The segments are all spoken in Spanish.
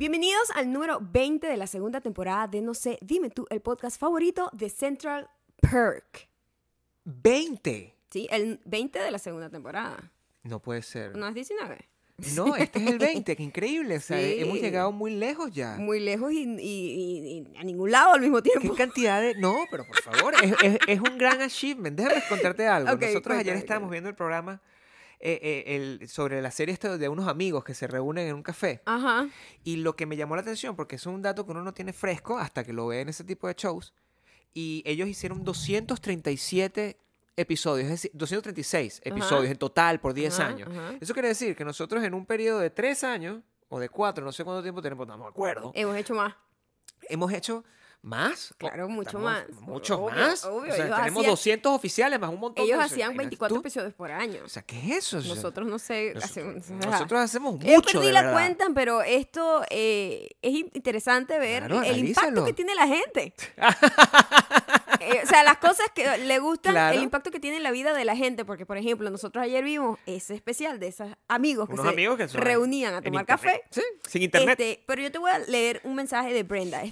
Bienvenidos al número 20 de la segunda temporada de No sé, dime tú, el podcast favorito de Central Perk. 20. Sí, el 20 de la segunda temporada. No puede ser. ¿No es 19? No, este es el 20, qué increíble. O sea, Sí. hemos llegado muy lejos ya. Muy lejos y a ningún lado al mismo ¿Qué tiempo. cantidad de...? No, pero por favor, es un gran achievement. Déjame contarte algo. Ok, Nosotros ayer cuéntame, estábamos viendo el programa sobre la serie esta de unos amigos que se reúnen en un café. Ajá. Y lo que me llamó la atención, porque es un dato que uno no tiene fresco hasta que lo ve en ese tipo de shows, y ellos hicieron 237 episodios, es decir, 236 episodios en total por 10 Ajá, años. ajá. Eso quiere decir que nosotros en un periodo de 3 años, o de 4, no sé cuánto tiempo tenemos, no me acuerdo, Hemos hecho más. hemos hecho más. Claro, mucho Estamos- más. Mucho Obvio, más. obvio. O sea, Ellos tenemos hacían- 200 oficiales más un montón Ellos de... hacían imagínate 24 tú. episodios por año. O sea, ¿qué es eso? O sea, Nosotros no sé, hacemos... nosotros hacemos Yo mucho, perdí de la verdad. cuenta, pero esto es interesante ver Claro, el impacto analízalo. que tiene la gente. O sea, las cosas que le gustan, Claro. el impacto que tiene en la vida de la gente. Porque, por ejemplo, nosotros ayer vimos ese especial de esos amigos que Unos se amigos que son reunían a en tomar internet. café. Sí, sin internet. Pero yo te voy a leer un mensaje de Brenda.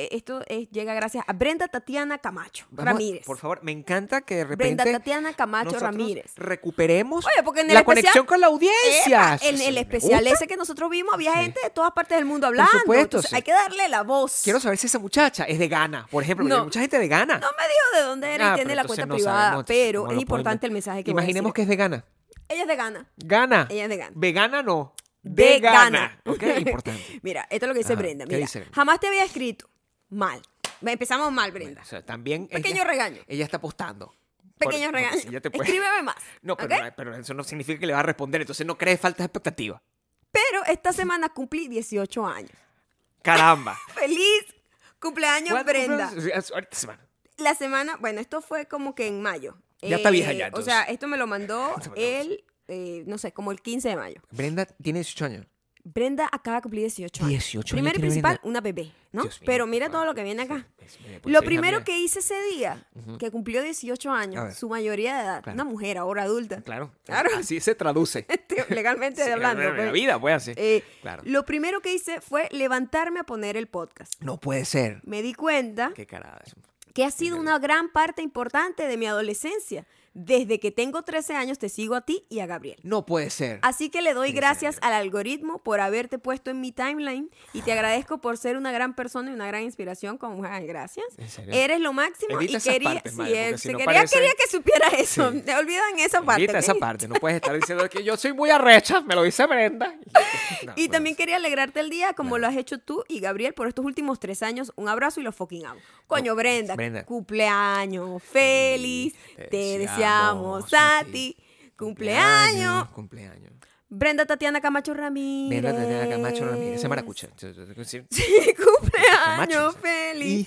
Llega gracias a Brenda Tatiana Camacho Vamos, Ramírez. Por favor, me encanta que de repente... Brenda Tatiana Camacho nosotros Ramírez. recuperemos Oye, porque en el la especial- conexión con la audiencia. En Sí, el me especial gusta. ese que nosotros vimos había Sí. gente de todas partes del mundo hablando. supuesto, Entonces, sí. hay que darle la voz. Quiero saber si esa muchacha es de Ghana, por ejemplo, porque No. hay mucha gente de Ghana. No me dijo de dónde era y tiene pero la entonces cuenta no privada, sabemos, entonces, pero ¿cómo es lo importante podemos? el mensaje que voy a Imaginemos decir. que es de Ghana. Ella es de Ghana. Ghana. Ella es de Ghana. Vegana no. De Ghana. Ok, importante. Mira, esto es lo que dice Ajá, Brenda. ¿qué Mira, dice Brenda? jamás te había escrito. Mal. Empezamos mal, Brenda. O sea, también Pequeño ella, regaño. ella está apostando. Pequeño Porque regaño. si ella te puede- Escríbeme más. No, pero, ¿ok? pero eso no significa que le va a responder, entonces no crees falta de expectativa. Pero esta semana cumplí 18 años. Caramba. ¡Feliz cumpleaños, ¿Cuándo Brenda! cumples? Ahorita semana. La semana, bueno, esto fue como que en mayo. Ya está vieja ya, O entonces. sea, esto me lo mandó Eso me lo él, no sé, como el 15 de mayo. Brenda tiene 18 años. Brenda acaba de cumplir 18 años. 18 años Primero y tiene principal, Brenda. una bebé, ¿no? Dios mío, Pero por mira favor. todo lo que viene acá. Sí, pues, Lo hija primero mía. que hice ese día, que cumplió 18 A años, ver. su mayoría de edad, Claro. una mujer ahora adulta, Claro. Claro. Así se traduce. legalmente Sí, hablando. en la pues. vida, pues así. Claro. Lo primero que hice fue levantarme a poner el podcast. No puede ser. Me di cuenta Qué carada eso. que ha sido una gran parte importante de mi adolescencia. Desde que tengo 13 años te sigo a ti y a Gabriel. No puede ser. Así que le doy ¿En gracias serio? al algoritmo por haberte puesto en mi timeline y te agradezco por ser una gran persona y una gran inspiración. Ay, gracias. ¿En serio? Eres lo máximo Edita y esas quería, partes, sí, madre, porque si no quería, parece- quería que supiera eso. Sí. Te olvidan esa parte. Evita esa ¿ok? parte. No puedes estar diciendo que yo soy muy arrecha. Me lo dice Brenda. No, Y pues. también quería alegrarte el día como Claro. lo has hecho tú y Gabriel por estos últimos 3 años. Un abrazo y los fucking amo. Coño, Brenda, Brenda. cumpleaños feliz. Te deseamos a ti. Cumpleaños. Cumpleaños. Brenda Tatiana Camacho Ramírez. Brenda Tatiana Camacho Ramírez. Ese maracucha. Sí, cumpleaños Camacho. feliz. Y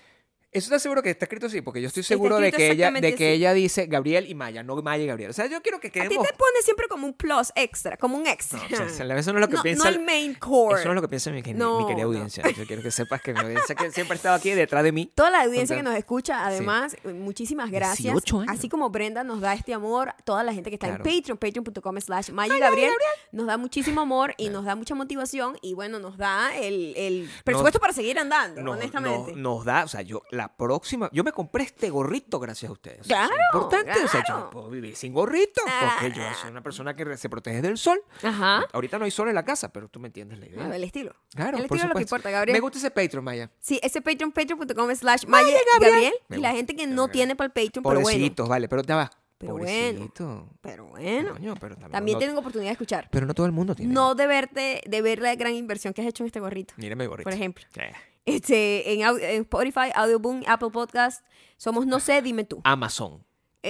eso está seguro que está escrito así, porque yo estoy Está seguro de escrito que exactamente así. ella dice Gabriel y Maya, no Maya y Gabriel. O sea, yo quiero que A ti quedemos... te pone siempre como un plus extra, como un extra. No, o sea, eso no es lo que no, piensa... no el main core. Eso no es lo que piensa mi No, querida no. audiencia. Yo quiero que sepas que mi audiencia que siempre ha estado aquí detrás de mí. Toda la audiencia que Contra- nos escucha, además, muchísimas gracias. 18 años. Así como Brenda nos da este amor, toda la gente que está Claro. en Patreon, patreon.com/Maya y Gabriel, nos da muchísimo amor y nos da mucha motivación y bueno, nos da el presupuesto para seguir andando, honestamente. Nos da, o sea, yo la próxima, yo me compré este gorrito gracias a ustedes. Claro, Es importante, o sea, yo claro. no puedo vivir sin gorrito, porque yo Ah. soy una persona que se protege del sol. Ajá. Ahorita no hay sol en la casa, pero tú me entiendes la idea. Ah, el estilo. Claro, el por estilo es lo que supuesto. importa, Gabriel. Me gusta ese Patreon, Maya. Sí, ese Patreon, patreon.com/Maya Gabriel. Me Y la gusta, gente que de no verdad. tiene para el Patreon, pero bueno. Pobrecitos, vale, pero te va. Pero Pobrecito. Pero bueno. Coño, pero También no, tienen oportunidad de escuchar. pero no todo el mundo tiene. No de ver la gran inversión que has hecho en este gorrito. Mírame el gorrito. Por ejemplo. Eh. En Spotify, Audioboom, Apple Podcast, somos No sé, dime tú. Amazon.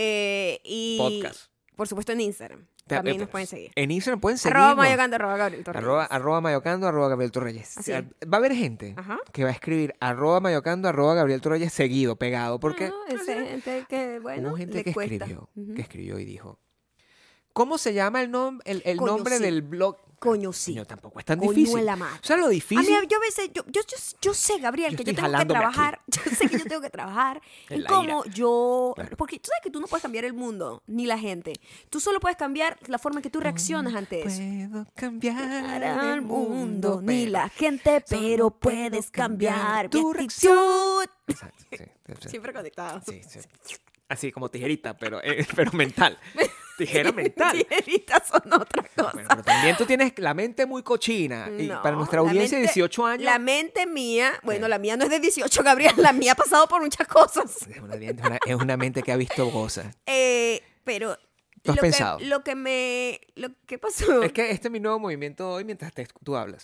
Y Podcast. por supuesto en Instagram. También nos pueden seguir. En Instagram pueden seguir. Arroba mayocando, arroba Gabriel Torres. Arroba mayocando, arroba Gabriel Torreyes. Así O sea, es. va a haber gente Ajá. que va a escribir arroba mayocando, arroba Gabriel Torreyes seguido, pegado, porque Ah, esa gente que, bueno, hubo gente le que cuesta. escribió, Ujú. que escribió y dijo, ¿cómo se llama el Coño, nombre sí. del blog? Coño, sí. Coño, tampoco es tan Coño difícil. en la madre. O sea, lo A difícil... mí, yo a veces, yo sé, Gabriel, Yo que yo estoy tengo que jalándome trabajar. Yo sé que yo tengo que trabajar En en la cómo yo. Claro. Porque tú sabes que tú no puedes cambiar el mundo, ni la gente. Tú solo puedes cambiar la forma en que tú reaccionas ante eso. Puedo cambiar Al mundo, ni pero la gente, solo pero puedo puedes cambiar tu tu reacción. actitud. Exacto, sí. Siempre conectado. Sí. Así como tijerita, pero mental. Tijera mental. Tijeritas son otra cosa. Bueno, pero también tú tienes la mente muy cochina. Y No, para nuestra la audiencia de mente- 18 años... La mente mía, bueno, la mía no es de 18, Gabriel, la mía ha pasado por muchas cosas. Es una mente que ha visto cosas. Pero ¿Tú has pensado? Lo que pasó. Es que este es mi nuevo movimiento hoy mientras tú hablas.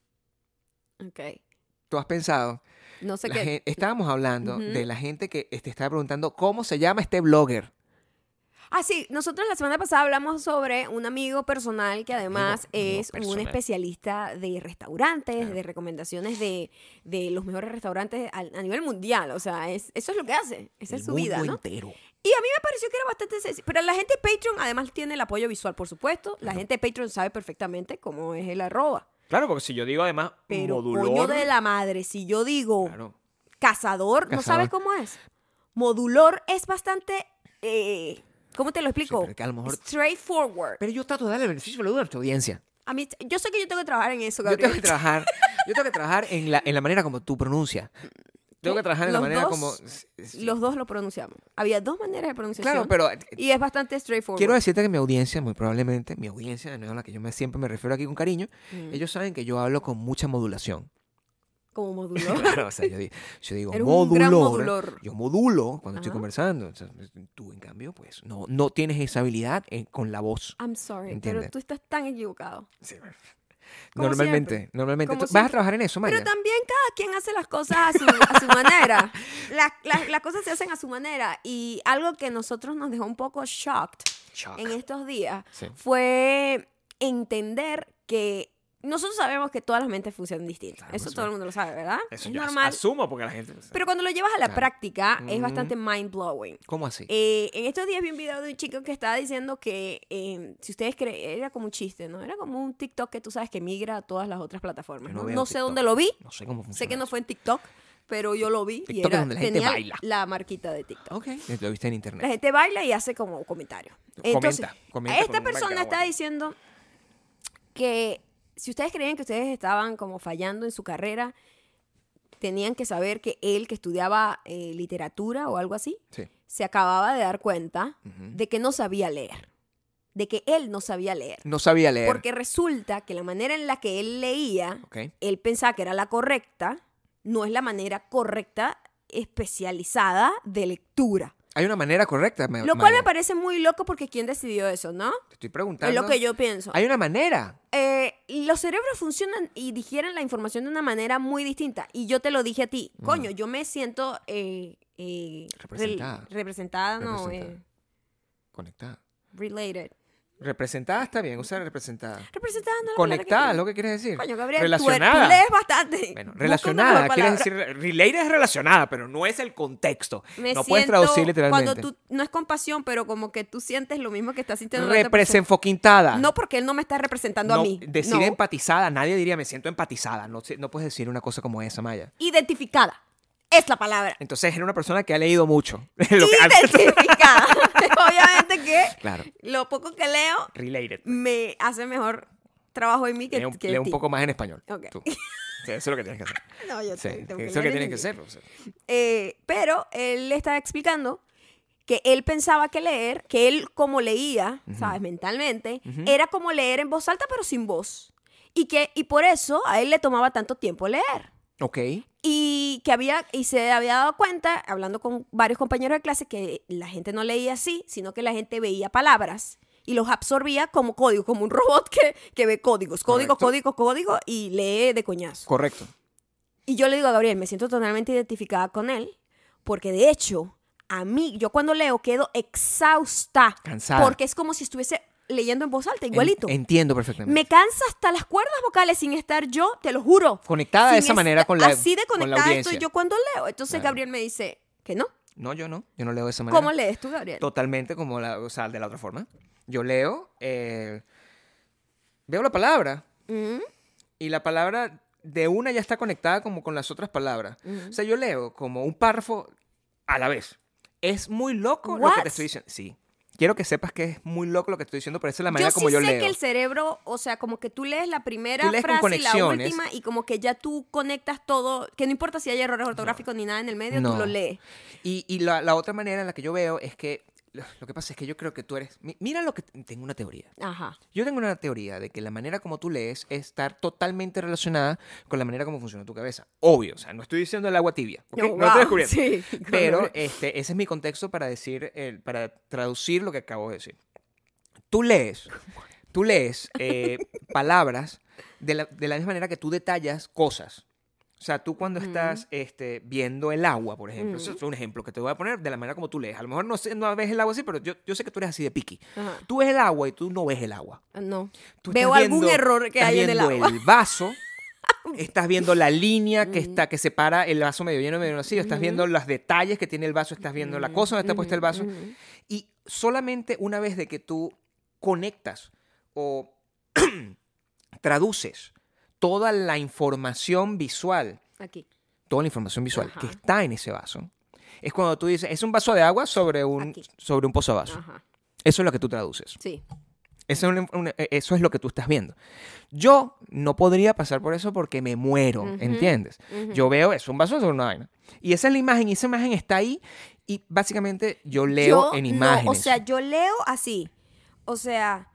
Ok. ¿Tú has pensado? No sé qué. Estábamos hablando Ujú. de la gente que te estaba preguntando cómo se llama este blogger. Ah, sí, nosotros la semana pasada hablamos sobre un amigo personal que además Amigo es un personal. especialista de restaurantes, Claro. de recomendaciones de los mejores restaurantes a nivel mundial. O sea, eso es lo que hace. Esa es El su vida, mundo ¿no? entero. Y a mí me pareció que era bastante sencillo. Pero la gente de Patreon además tiene el apoyo visual, por supuesto. La gente de Patreon sabe perfectamente cómo es el arroba. Claro, porque si yo digo además Pero modulor... coño de la madre, si yo digo Claro. cazador, ¿no Cazador. sabes cómo es? Modulor es bastante... ¿cómo te lo explico? Sí, pero que a lo mejor- Straightforward. Pero yo trato de darle el beneficio de la duda a nuestra audiencia. A mí, yo sé que yo tengo que trabajar en eso, Yo Gabriel. tengo que trabajar en la manera como tú pronuncias. Tengo que trabajar en la Los manera dos- como... sí. Los dos lo pronunciamos. Había dos maneras de pronunciación. Claro, pero Y es bastante straightforward. quiero decirte que mi audiencia, muy probablemente, mi audiencia, de nuevo a la que siempre me refiero aquí con cariño, ellos saben que yo hablo con mucha modulación. Como modulor. Claro, o sea, yo digo Eres un gran modulor. Yo modulo cuando estoy Ajá. conversando. O sea, tú, en cambio, pues, no tienes esa habilidad con la voz. I'm sorry, ¿Entiendes? pero tú estás tan equivocado. Sí, bueno. Como Normalmente. Como ¿Tú vas a siempre. trabajar en eso, Maya? Pero también cada quien hace las cosas a su manera. Las cosas se hacen a su manera. Y algo que nosotros nos dejó un poco shocked Shock. en estos días Sí. fue entender que nosotros sabemos que todas las mentes funcionan distintas. Claro, Eso por todo el mundo lo sabe, ¿verdad? Eso es yo normal. asumo porque la gente... Pero cuando lo llevas a la Claro. práctica es Ujú. bastante mind-blowing. ¿Cómo así? En estos días vi un video de un chico que estaba diciendo que si ustedes creen, era como un chiste, ¿no? Era como un TikTok que tú sabes que migra a todas las otras plataformas. Yo no No, veo no sé TikTok. dónde lo vi, No sé cómo funciona. sé que no fue en TikTok, pero yo lo vi y TikTok es era, donde la gente tenía baila. la marquita de TikTok. Ok. Lo viste en La internet. gente baila y hace como comentarios. Entonces, comenta esta con un persona background. está diciendo que si ustedes creían que ustedes estaban como fallando en su carrera, tenían que saber que él, que estudiaba literatura o algo así, Sí. se acababa de dar cuenta Ujú. de que no sabía leer. De que él no sabía leer. No sabía leer. Porque resulta que la manera en la que él leía, Ok. él pensaba que era la correcta, no es la manera correcta especializada de lectura. Hay una manera correcta, Lo cual Maya. me parece muy loco porque ¿quién decidió eso, no? Te estoy preguntando. Es lo que yo pienso. Hay una manera. Los cerebros funcionan y digieren la información de una manera muy distinta. Y yo te lo dije a ti. Coño, yo me siento Representada. representada, no, Representada. Conectada. related. Representada está bien, usa representada. Representada no es la Conectada, palabra es lo que quieres decir. Coño, Gabriel, relacionada. tú lees bastante. Bueno, Busca una relacionada, mejor quiere palabra. decir, related es relacionada, pero no es el contexto. Me No puedes siento traducir literalmente. Cuando tú, no es compasión, pero como que tú sientes lo mismo que estás sintiendo la otra persona. Represenfoquintada. No porque él no me está representando a mí. Decir No. empatizada, nadie diría me siento empatizada. No, no puedes decir una cosa como esa, Maya. Identificada. Es la palabra. Entonces, era una persona que ha leído mucho. Identificada. Obviamente que Claro. lo poco que leo Related. me hace mejor trabajo en mí que, Lee que lee un ti. poco más en español. Ok. tú. Sí, eso es lo que tienes que hacer. No, yo Sí, tengo eso es lo que leer en tienes que inglés. hacer. O sea. Pero él le estaba explicando que él pensaba que leer, que él como leía, ¿sabes? Mentalmente, era como leer en voz alta pero sin voz. Y por eso a él le tomaba tanto tiempo leer. Ok. Y se había dado cuenta, hablando con varios compañeros de clase, que la gente no leía así, sino que la gente veía palabras y los absorbía como código, como un robot que ve códigos, Correcto. código, y lee de coñazo. Correcto. Y yo le digo a Gabriel, me siento totalmente identificada con él, porque de hecho, a mí, yo cuando leo quedo exhausta. Cansada. Porque es como si estuviese leyendo en voz alta, igualito. Entiendo perfectamente. Me cansa hasta las cuerdas vocales sin estar yo, te lo juro. Conectada de Sin esa manera con la Así de con la conectada audiencia. estoy yo cuando leo. Entonces Claro. Gabriel me dice que no. No, yo no. Yo no leo de esa manera. ¿Cómo lees tú, Gabriel? Totalmente como o sea, de la otra forma. Yo leo veo la palabra Mm, y la palabra de una ya está conectada como con las otras palabras. mm. O sea, yo leo como un párrafo a la vez. Es muy loco lo que What? te estoy diciendo. Sí. Quiero que sepas que es muy loco lo que estoy diciendo, pero esa es la manera Yo como sí yo sé leo. que el cerebro, o sea, como que tú lees la primera Tú lees con frase y la conexiones. última y como que ya tú conectas todo, que no importa si hay errores ortográficos ni nada en el medio, No. tú lo lees. Y la otra manera en la que yo veo es que lo que pasa es que yo creo que tú eres... Mira lo que... Tengo una teoría. Ajá. Yo tengo una teoría de que la manera como tú lees es estar totalmente relacionada con la manera como funciona tu cabeza. Obvio, o sea, no estoy diciendo el agua tibia, ¿ok? Oh, No wow, estoy descubriendo. sí. Pero ese es mi contexto para decir, para traducir lo que acabo de decir. Tú lees palabras de la misma manera que tú detallas cosas. O sea, tú cuando estás viendo el agua, por ejemplo, eso es un ejemplo que te voy a poner de la manera como tú lees. A lo mejor no ves el agua así, pero yo sé que tú eres así de picky. Ajá. Tú ves el agua y tú no ves el agua. No. Tú Veo estás algún viendo- error que estás hay en el viendo agua. el vaso, estás viendo la línea que separa el vaso medio lleno y medio vacío, estás viendo los detalles que tiene el vaso, estás viendo la cosa donde está puesto el vaso. Y solamente una vez de que tú conectas o traduces toda la información visual, Aquí. toda la información visual Ajá. que está en ese vaso, es cuando tú dices, es un vaso de agua sobre un Aquí. pozo de vaso. Ajá. Eso es lo que tú traduces. Sí. Eso es lo que tú estás viendo. Yo no podría pasar por eso porque me muero, ¿entiendes? Yo veo eso, un vaso sobre una vaina. Y esa es la imagen, y esa imagen está ahí, y básicamente yo leo en imágenes. No, o sea, yo leo así. O sea,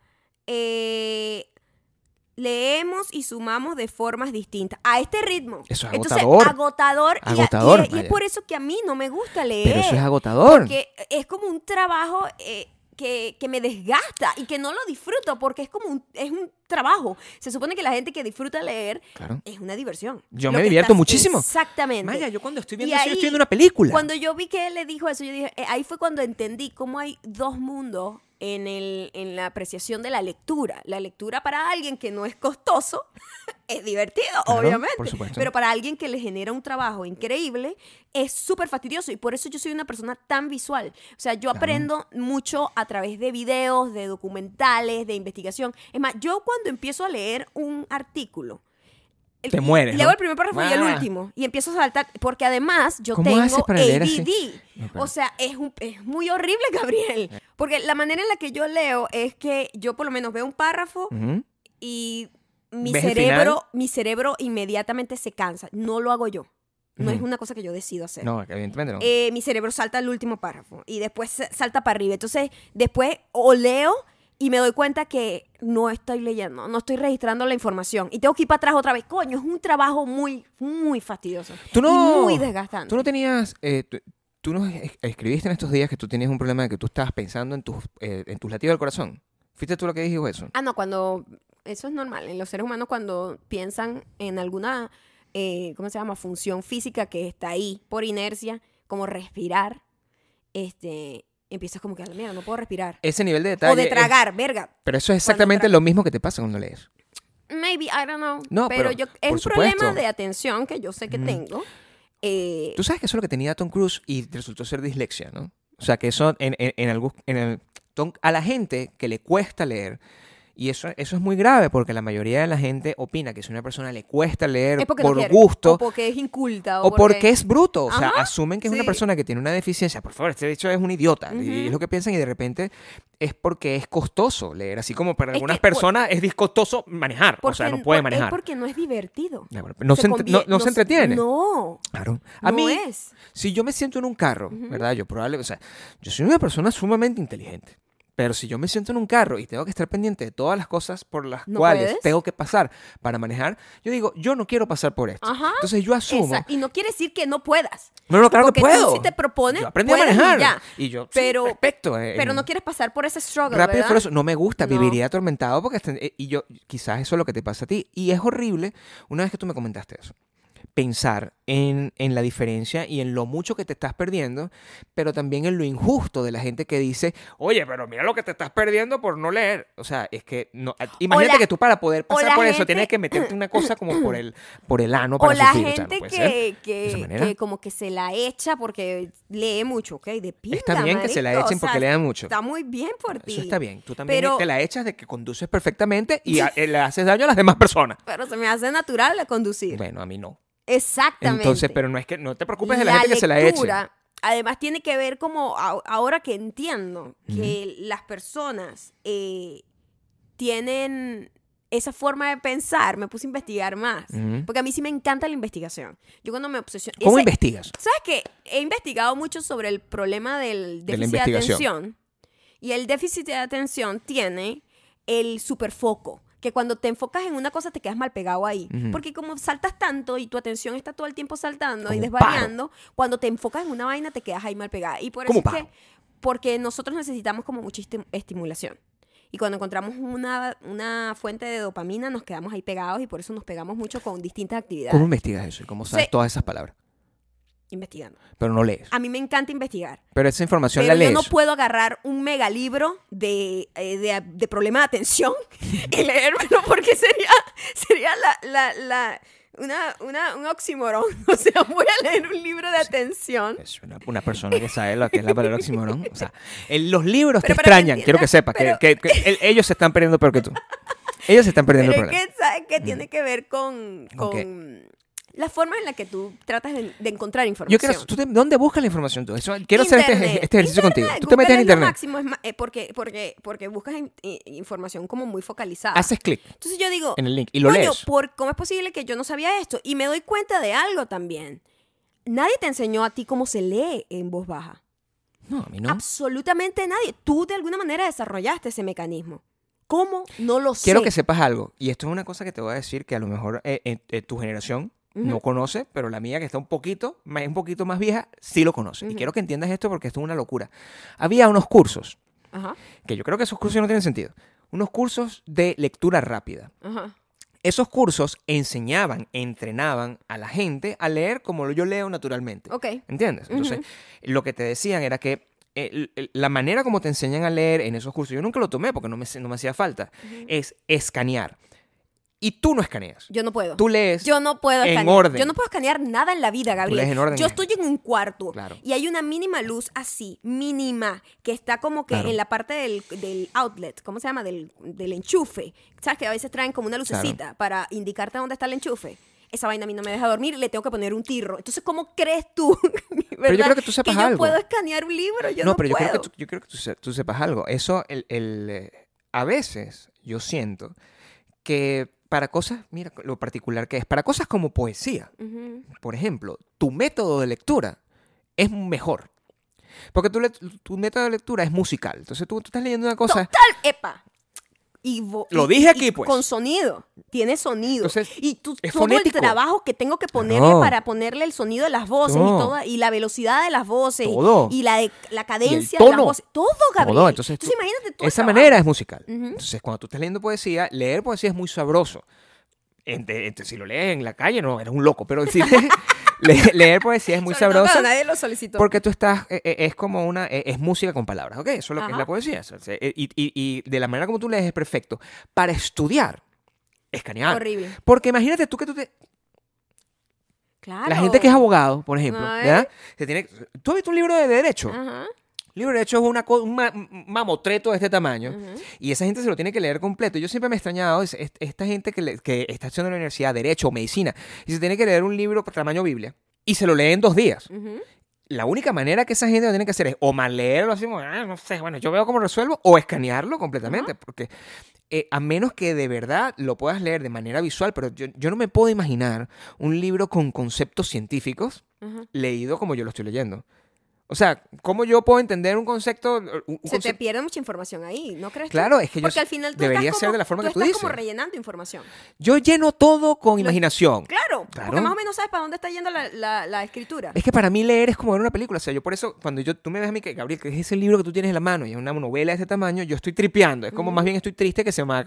leemos y sumamos de formas distintas. A este ritmo. Eso es Entonces, agotador. agotador. Agotador, Y es Maya. por eso que a mí no me gusta leer. Pero eso es agotador. Porque es como un trabajo que me desgasta y que no lo disfruto porque es como un trabajo. Se supone que la gente que disfruta leer Claro. es una diversión. Yo Lo me que divierto estás- muchísimo. Exactamente. Maya, yo cuando estoy Y viendo eso, yo ahí, estoy viendo una película. Cuando yo vi que él le dijo eso, yo dije, ahí fue cuando entendí cómo hay dos mundos en la apreciación de la lectura. La lectura para alguien que no es costoso es divertido, Claro, obviamente. por supuesto. Pero para alguien que le genera un trabajo increíble, es súper fastidioso. Y por eso yo soy una persona tan visual. O sea, yo Claro. aprendo mucho a través de videos, de documentales, de investigación. Es más, yo cuando empiezo a leer un artículo, Te mueres, leo ¿no? el primer párrafo y el Ah. último. Y empiezo a saltar. Porque además yo ¿Cómo tengo haces para leer así? ADD. Ok. O sea, es muy horrible, Gabriel. Porque la manera en la que yo leo es que yo por lo menos veo un párrafo Ujú. y mi ¿Ves el cerebro inmediatamente se cansa. No lo hago yo. No es Ujú. una cosa que yo decido hacer. No, evidentemente no. Mi cerebro salta al último párrafo y después salta para arriba. Entonces, después o leo y me doy cuenta que no estoy leyendo, no estoy registrando la información y tengo que ir para atrás otra vez. Coño, es un trabajo muy, muy fastidioso Tú no, y muy desgastante. Tú no tenías... tú nos escribiste en estos días que tú tenías un problema de que tú estabas pensando en tus latidos del corazón. ¿Fuiste tú lo que dijo eso? Ah, no, cuando... Eso es normal. En los seres humanos cuando piensan en alguna, ¿cómo se llama? Función física que está ahí por inercia, como respirar, empiezas como que, mira, no puedo respirar. Ese nivel de detalle... O de tragar, verga. pero eso es exactamente tragas. lo mismo que te pasa cuando lees. Maybe, I don't know. No, pero pero, yo, es por un supuesto. problema de atención que yo sé que tengo. Tú sabes que eso es lo que tenía Tom Cruise y resultó ser dislexia, ¿no? O sea, que eso a la gente que le cuesta leer, y eso es muy grave porque la mayoría de la gente opina que si a una persona le cuesta leer Es porque no por quiere, gusto o porque es inculta. o porque es bruto, o sea, Ajá, asumen que es una sí. persona que tiene una deficiencia, por favor, este bicho es un idiota, y es lo que piensan y de repente es porque es costoso leer, así como para Es algunas que, personas es costoso manejar, o sea, no puede manejar. Es porque no es divertido. Ya, bueno, no se entretiene. No. Claro. A no mí, es. si yo me siento en un carro, ¿verdad? O sea, yo soy una persona sumamente inteligente. Pero si yo me siento en un carro y tengo que estar pendiente de todas las cosas por las ¿No cuales puedes? tengo que pasar para manejar, yo digo, yo no quiero pasar por esto. Ajá. Entonces yo asumo... Y no quiere decir que no puedas. No, claro porque que puedo. tú si te propones, Yo aprendí a puedes y manejar. ya. Y yo, Pero- sí, perfecto. Pero no quieres pasar por ese struggle, Rápido y ¿verdad? Furioso. No me gusta, No. viviría atormentado porque... y yo, quizás eso es lo que te pasa a ti. Y es horrible una vez que tú me comentaste eso. pensar en la diferencia y en lo mucho que te estás perdiendo, pero también en lo injusto de la gente que dice, oye, pero mira lo que te estás perdiendo por no leer. O sea, es que no, imagínate que tú para poder pasar por eso tienes que meterte una cosa como por el ano para la sufrir. gente o sea, no puede ser de esa manera. que como que se la echa porque lee mucho, ¿ok? De pinga, Está bien que se la marico, echen o sea, porque lean mucho. Está muy bien por ti. Eso está bien. Tú también Pero- te la echas de que conduces perfectamente y le haces daño a las demás personas. Pero se me hace natural de conducir. Bueno, a mí no. Exactamente. Entonces, pero no es que no te preocupes de la gente que se la eche. lectura, además tiene que ver como, ahora que entiendo que las personas tienen esa forma de pensar, me puse a investigar más. Ujú. Porque a mí sí me encanta la investigación. Yo cuando me obsesiono... ¿Cómo investigas? ¿Sabes qué? He investigado mucho sobre el problema del De la déficit de investigación. atención. Y el déficit de atención tiene el superfoco. Que cuando te enfocas en una cosa te quedas mal pegado ahí. Ujú. Porque como saltas tanto y tu atención está todo el tiempo saltando y Como desvariando, cuando te enfocas en una vaina te quedas ahí mal pegada. Y por eso Como es que, paro. porque nosotros necesitamos como mucha estimulación. Y cuando encontramos una fuente de dopamina nos quedamos ahí pegados y por eso nos pegamos mucho con distintas actividades. ¿Cómo investigas eso? ¿Y cómo sabes Sí. todas esas palabras? Investigando. Pero no lees. A mí me encanta investigar. Pero esa información Pero la lees. yo no puedo agarrar un megalibro de problema de atención y leérmelo porque sería un oxímoron. O sea, voy a leer un libro de atención. Es una persona que sabe lo que es la palabra oxímoron. O sea, los libros Pero te para que extrañan. Quiero que entiendas, sepas pero- que ellos se están perdiendo peor que tú. Ellos se están perdiendo Pero el es problema. que, ¿sabes qué? Tiene que ver con ¿Con qué? la forma en la que tú tratas de encontrar Yo información. quiero, ¿dónde buscas la información tú? Quiero hacer Internet. este ejercicio contigo. Tú te Google metes en es lo internet, máximo, porque buscas información como muy focalizada. haces clic Entonces yo digo, en el link y lo coño, lees. ¿cómo es posible que yo no sabía esto? Y me doy cuenta de algo también. Nadie te enseñó a ti cómo se lee en voz baja. No, a mí no. Absolutamente nadie. Tú de alguna manera desarrollaste ese mecanismo. ¿Cómo? No lo sé. Quiero que sepas algo. Y esto es una cosa que te voy a decir que a lo mejor tu generación no Ujú. conoce, pero la mía que está un poquito más vieja, sí lo conoce. Y Ujú. quiero que entiendas esto porque esto es una locura. Había unos cursos, Ajá, que yo creo que esos cursos no tienen sentido. Unos cursos de lectura rápida. ajá. Esos cursos entrenaban a la gente a leer como yo leo naturalmente. Ok. ¿Entiendes? Entonces, lo que te decían era que la manera como te enseñan a leer en esos cursos, yo nunca lo tomé porque no me hacía falta, es escanear. Y tú no escaneas. Yo no puedo. Tú lees Yo no puedo en escanear. orden. Yo no puedo escanear nada en la vida, Gabriel. lees en orden. Yo estoy en un cuarto Claro. y hay una mínima luz así, mínima, que está como que Claro. en la parte del outlet, ¿cómo se llama? Del enchufe. ¿Sabes que a veces traen como una lucecita para indicarte dónde está el enchufe? Esa vaina a mí no me deja dormir, le tengo que poner un tirro. Entonces, ¿cómo crees tú, verdad, Pero yo creo que tú sepas yo algo. puedo escanear un libro? Yo no pero puedo. yo creo que tú sepas algo. Eso, a veces yo siento que para cosas, mira lo particular que es, para cosas como poesía, Ujú. por ejemplo, tu método de lectura es mejor. Porque tu método de lectura es musical. Entonces tú estás leyendo una cosa. Total, epa. Lo dije aquí, pues. Con sonido. Tiene sonido. Entonces, y es todo fonético. el trabajo que tengo que ponerle Claro. para ponerle el sonido de las voces Todo. y la velocidad de las voces Todo. y la cadencia Y el de las tono. voces. Todo, Gabriel. Todo. Entonces, imagínate todo el esa trabajo. manera es musical. Ujú. Entonces, cuando tú estás leyendo poesía, leer poesía es muy sabroso. Si lo lees en la calle, no, eres un loco. Pero si leer poesía es muy Sobre todo sabroso. cuando nadie lo solicitó. Porque tú estás, es como es música con palabras, ¿ok? Eso es lo que es Ajá. la poesía. Y de la manera como tú lees es perfecto. Para estudiar, escanear. Horrible. Porque imagínate tú que Claro. la gente que es abogado, por ejemplo, Ay. ¿verdad? ¿Tú has visto un libro de derecho? Ajá. El libro de derecho es un mamotreto de este tamaño. Ujú. Y esa gente se lo tiene que leer completo. Yo siempre me he extrañado esta gente que está haciendo en la universidad Derecho o Medicina y se tiene que leer un libro por tamaño Biblia y se lo lee en 2 días. Ujú. La única manera que esa gente lo tiene que hacer es o mal leerlo así, como, no sé, bueno, yo veo cómo resuelvo, o escanearlo completamente. Porque a menos que de verdad lo puedas leer de manera visual, pero yo no me puedo imaginar un libro con conceptos científicos Ajá. leído como yo lo estoy leyendo. O sea, ¿cómo yo puedo entender un concepto? Se te pierde mucha información ahí, ¿no crees? tú? Claro, es que Porque al final tú debería estás ser como, de la forma que tú estás dices. como rellenando información. Yo lleno todo con imaginación. Claro, Claro. porque más o menos sabes para dónde está yendo la escritura. Es que para mí leer es como ver una película. O sea, yo por eso, cuando tú me ves a mí, que Gabriel, que es ese libro que tú tienes en la mano y es una novela de ese tamaño, yo estoy tripeando. Es como más bien estoy triste que se me va a acabar.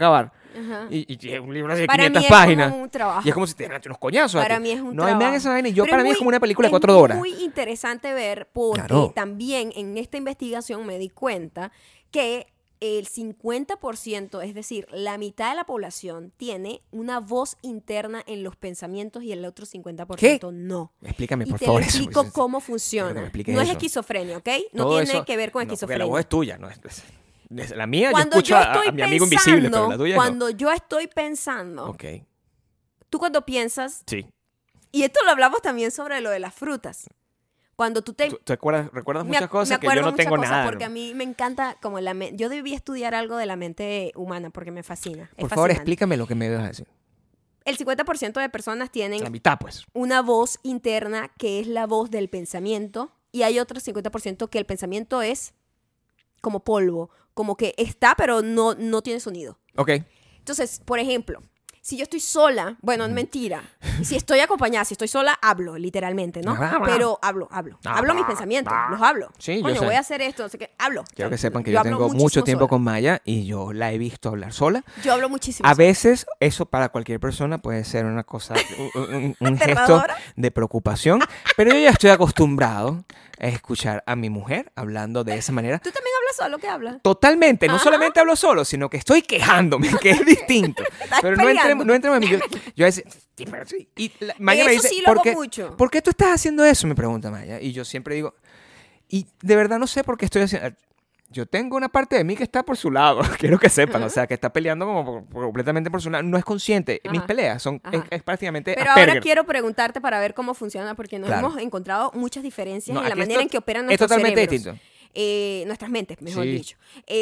Ajá. Y es un libro así de Para 500 mí es páginas. como un trabajo. Y es como si te dieran unos coñazos. Para a ti. mí es un no, trabajo. me dan esa vaina. Y yo, Pero para mí es como una película de 4 horas. Es muy interesante ver porque Claro. también en esta investigación me di cuenta que el 50%, es decir, la mitad de la población tiene una voz interna en los pensamientos y el otro 50% no. Explícame, Y por te favor, lo eso. explico cómo Quiero que funciona. me expliques No es eso. esquizofrenia, ¿ok? No Todo tiene eso- que ver con no, porque esquizofrenia. la voz es tuya, no es la mía. Cuando yo escucho yo a estoy mi amigo invisible, pero la pensando, tuya cuando yo estoy pensando, no. Ok, tú cuando piensas, sí. y esto lo hablamos también sobre lo de las frutas, cuando tú te... ¿Tú recuerdas me muchas ac- cosas me que yo acuerdo no muchas tengo cosas, nada? porque a mí me encanta como la mente. Yo debí estudiar algo de la mente humana porque me fascina. Es Por favor, fascinante. explícame lo que me vas a decir. El 50% de personas tienen La mitad, pues. una voz interna que es la voz del pensamiento y hay otro 50% que el pensamiento es como polvo, como que está pero no tiene sonido. Ok. Entonces, por ejemplo, si yo estoy sola, bueno, es mentira. Si estoy acompañada, si estoy sola, hablo, literalmente, ¿no? Pero hablo. Hablo mis pensamientos, los hablo. Sí, yo Coño, sé. voy a hacer esto, no sé qué. Hablo. Quiero que sepan que Yo yo hablo tengo mucho muchísimo tiempo sola. con Maya y yo la he visto hablar sola. Yo hablo muchísimo A sola. veces eso para cualquier persona puede ser una cosa, un gesto Aterradora. de preocupación, pero yo ya estoy acostumbrado a escuchar a mi mujer hablando de esa manera. ¿Tú también hablas solo? ¿Qué hablas? Totalmente, no Ajá. solamente hablo solo, sino que estoy quejándome, que es distinto. Pero no peleando. entremos en mí. Yo a veces, sí, pero sí. Y Maya me Eso dice, sí lo ¿por hago qué, mucho. ¿por qué tú estás haciendo eso? Me pregunta Maya. Y yo siempre digo, y de verdad no sé por qué estoy haciendo. Yo tengo una parte de mí que está por su lado, quiero que sepan, o sea, que está peleando como completamente por su lado, no es consciente. Mis Ajá. peleas son Ajá. es prácticamente Pero ahora Asperger. quiero preguntarte para ver cómo funciona, porque nos Claro. hemos encontrado muchas diferencias No, en la aquí manera en que operan nuestros totalmente cerebros. distinto. Nuestras mentes, mejor Sí. dicho.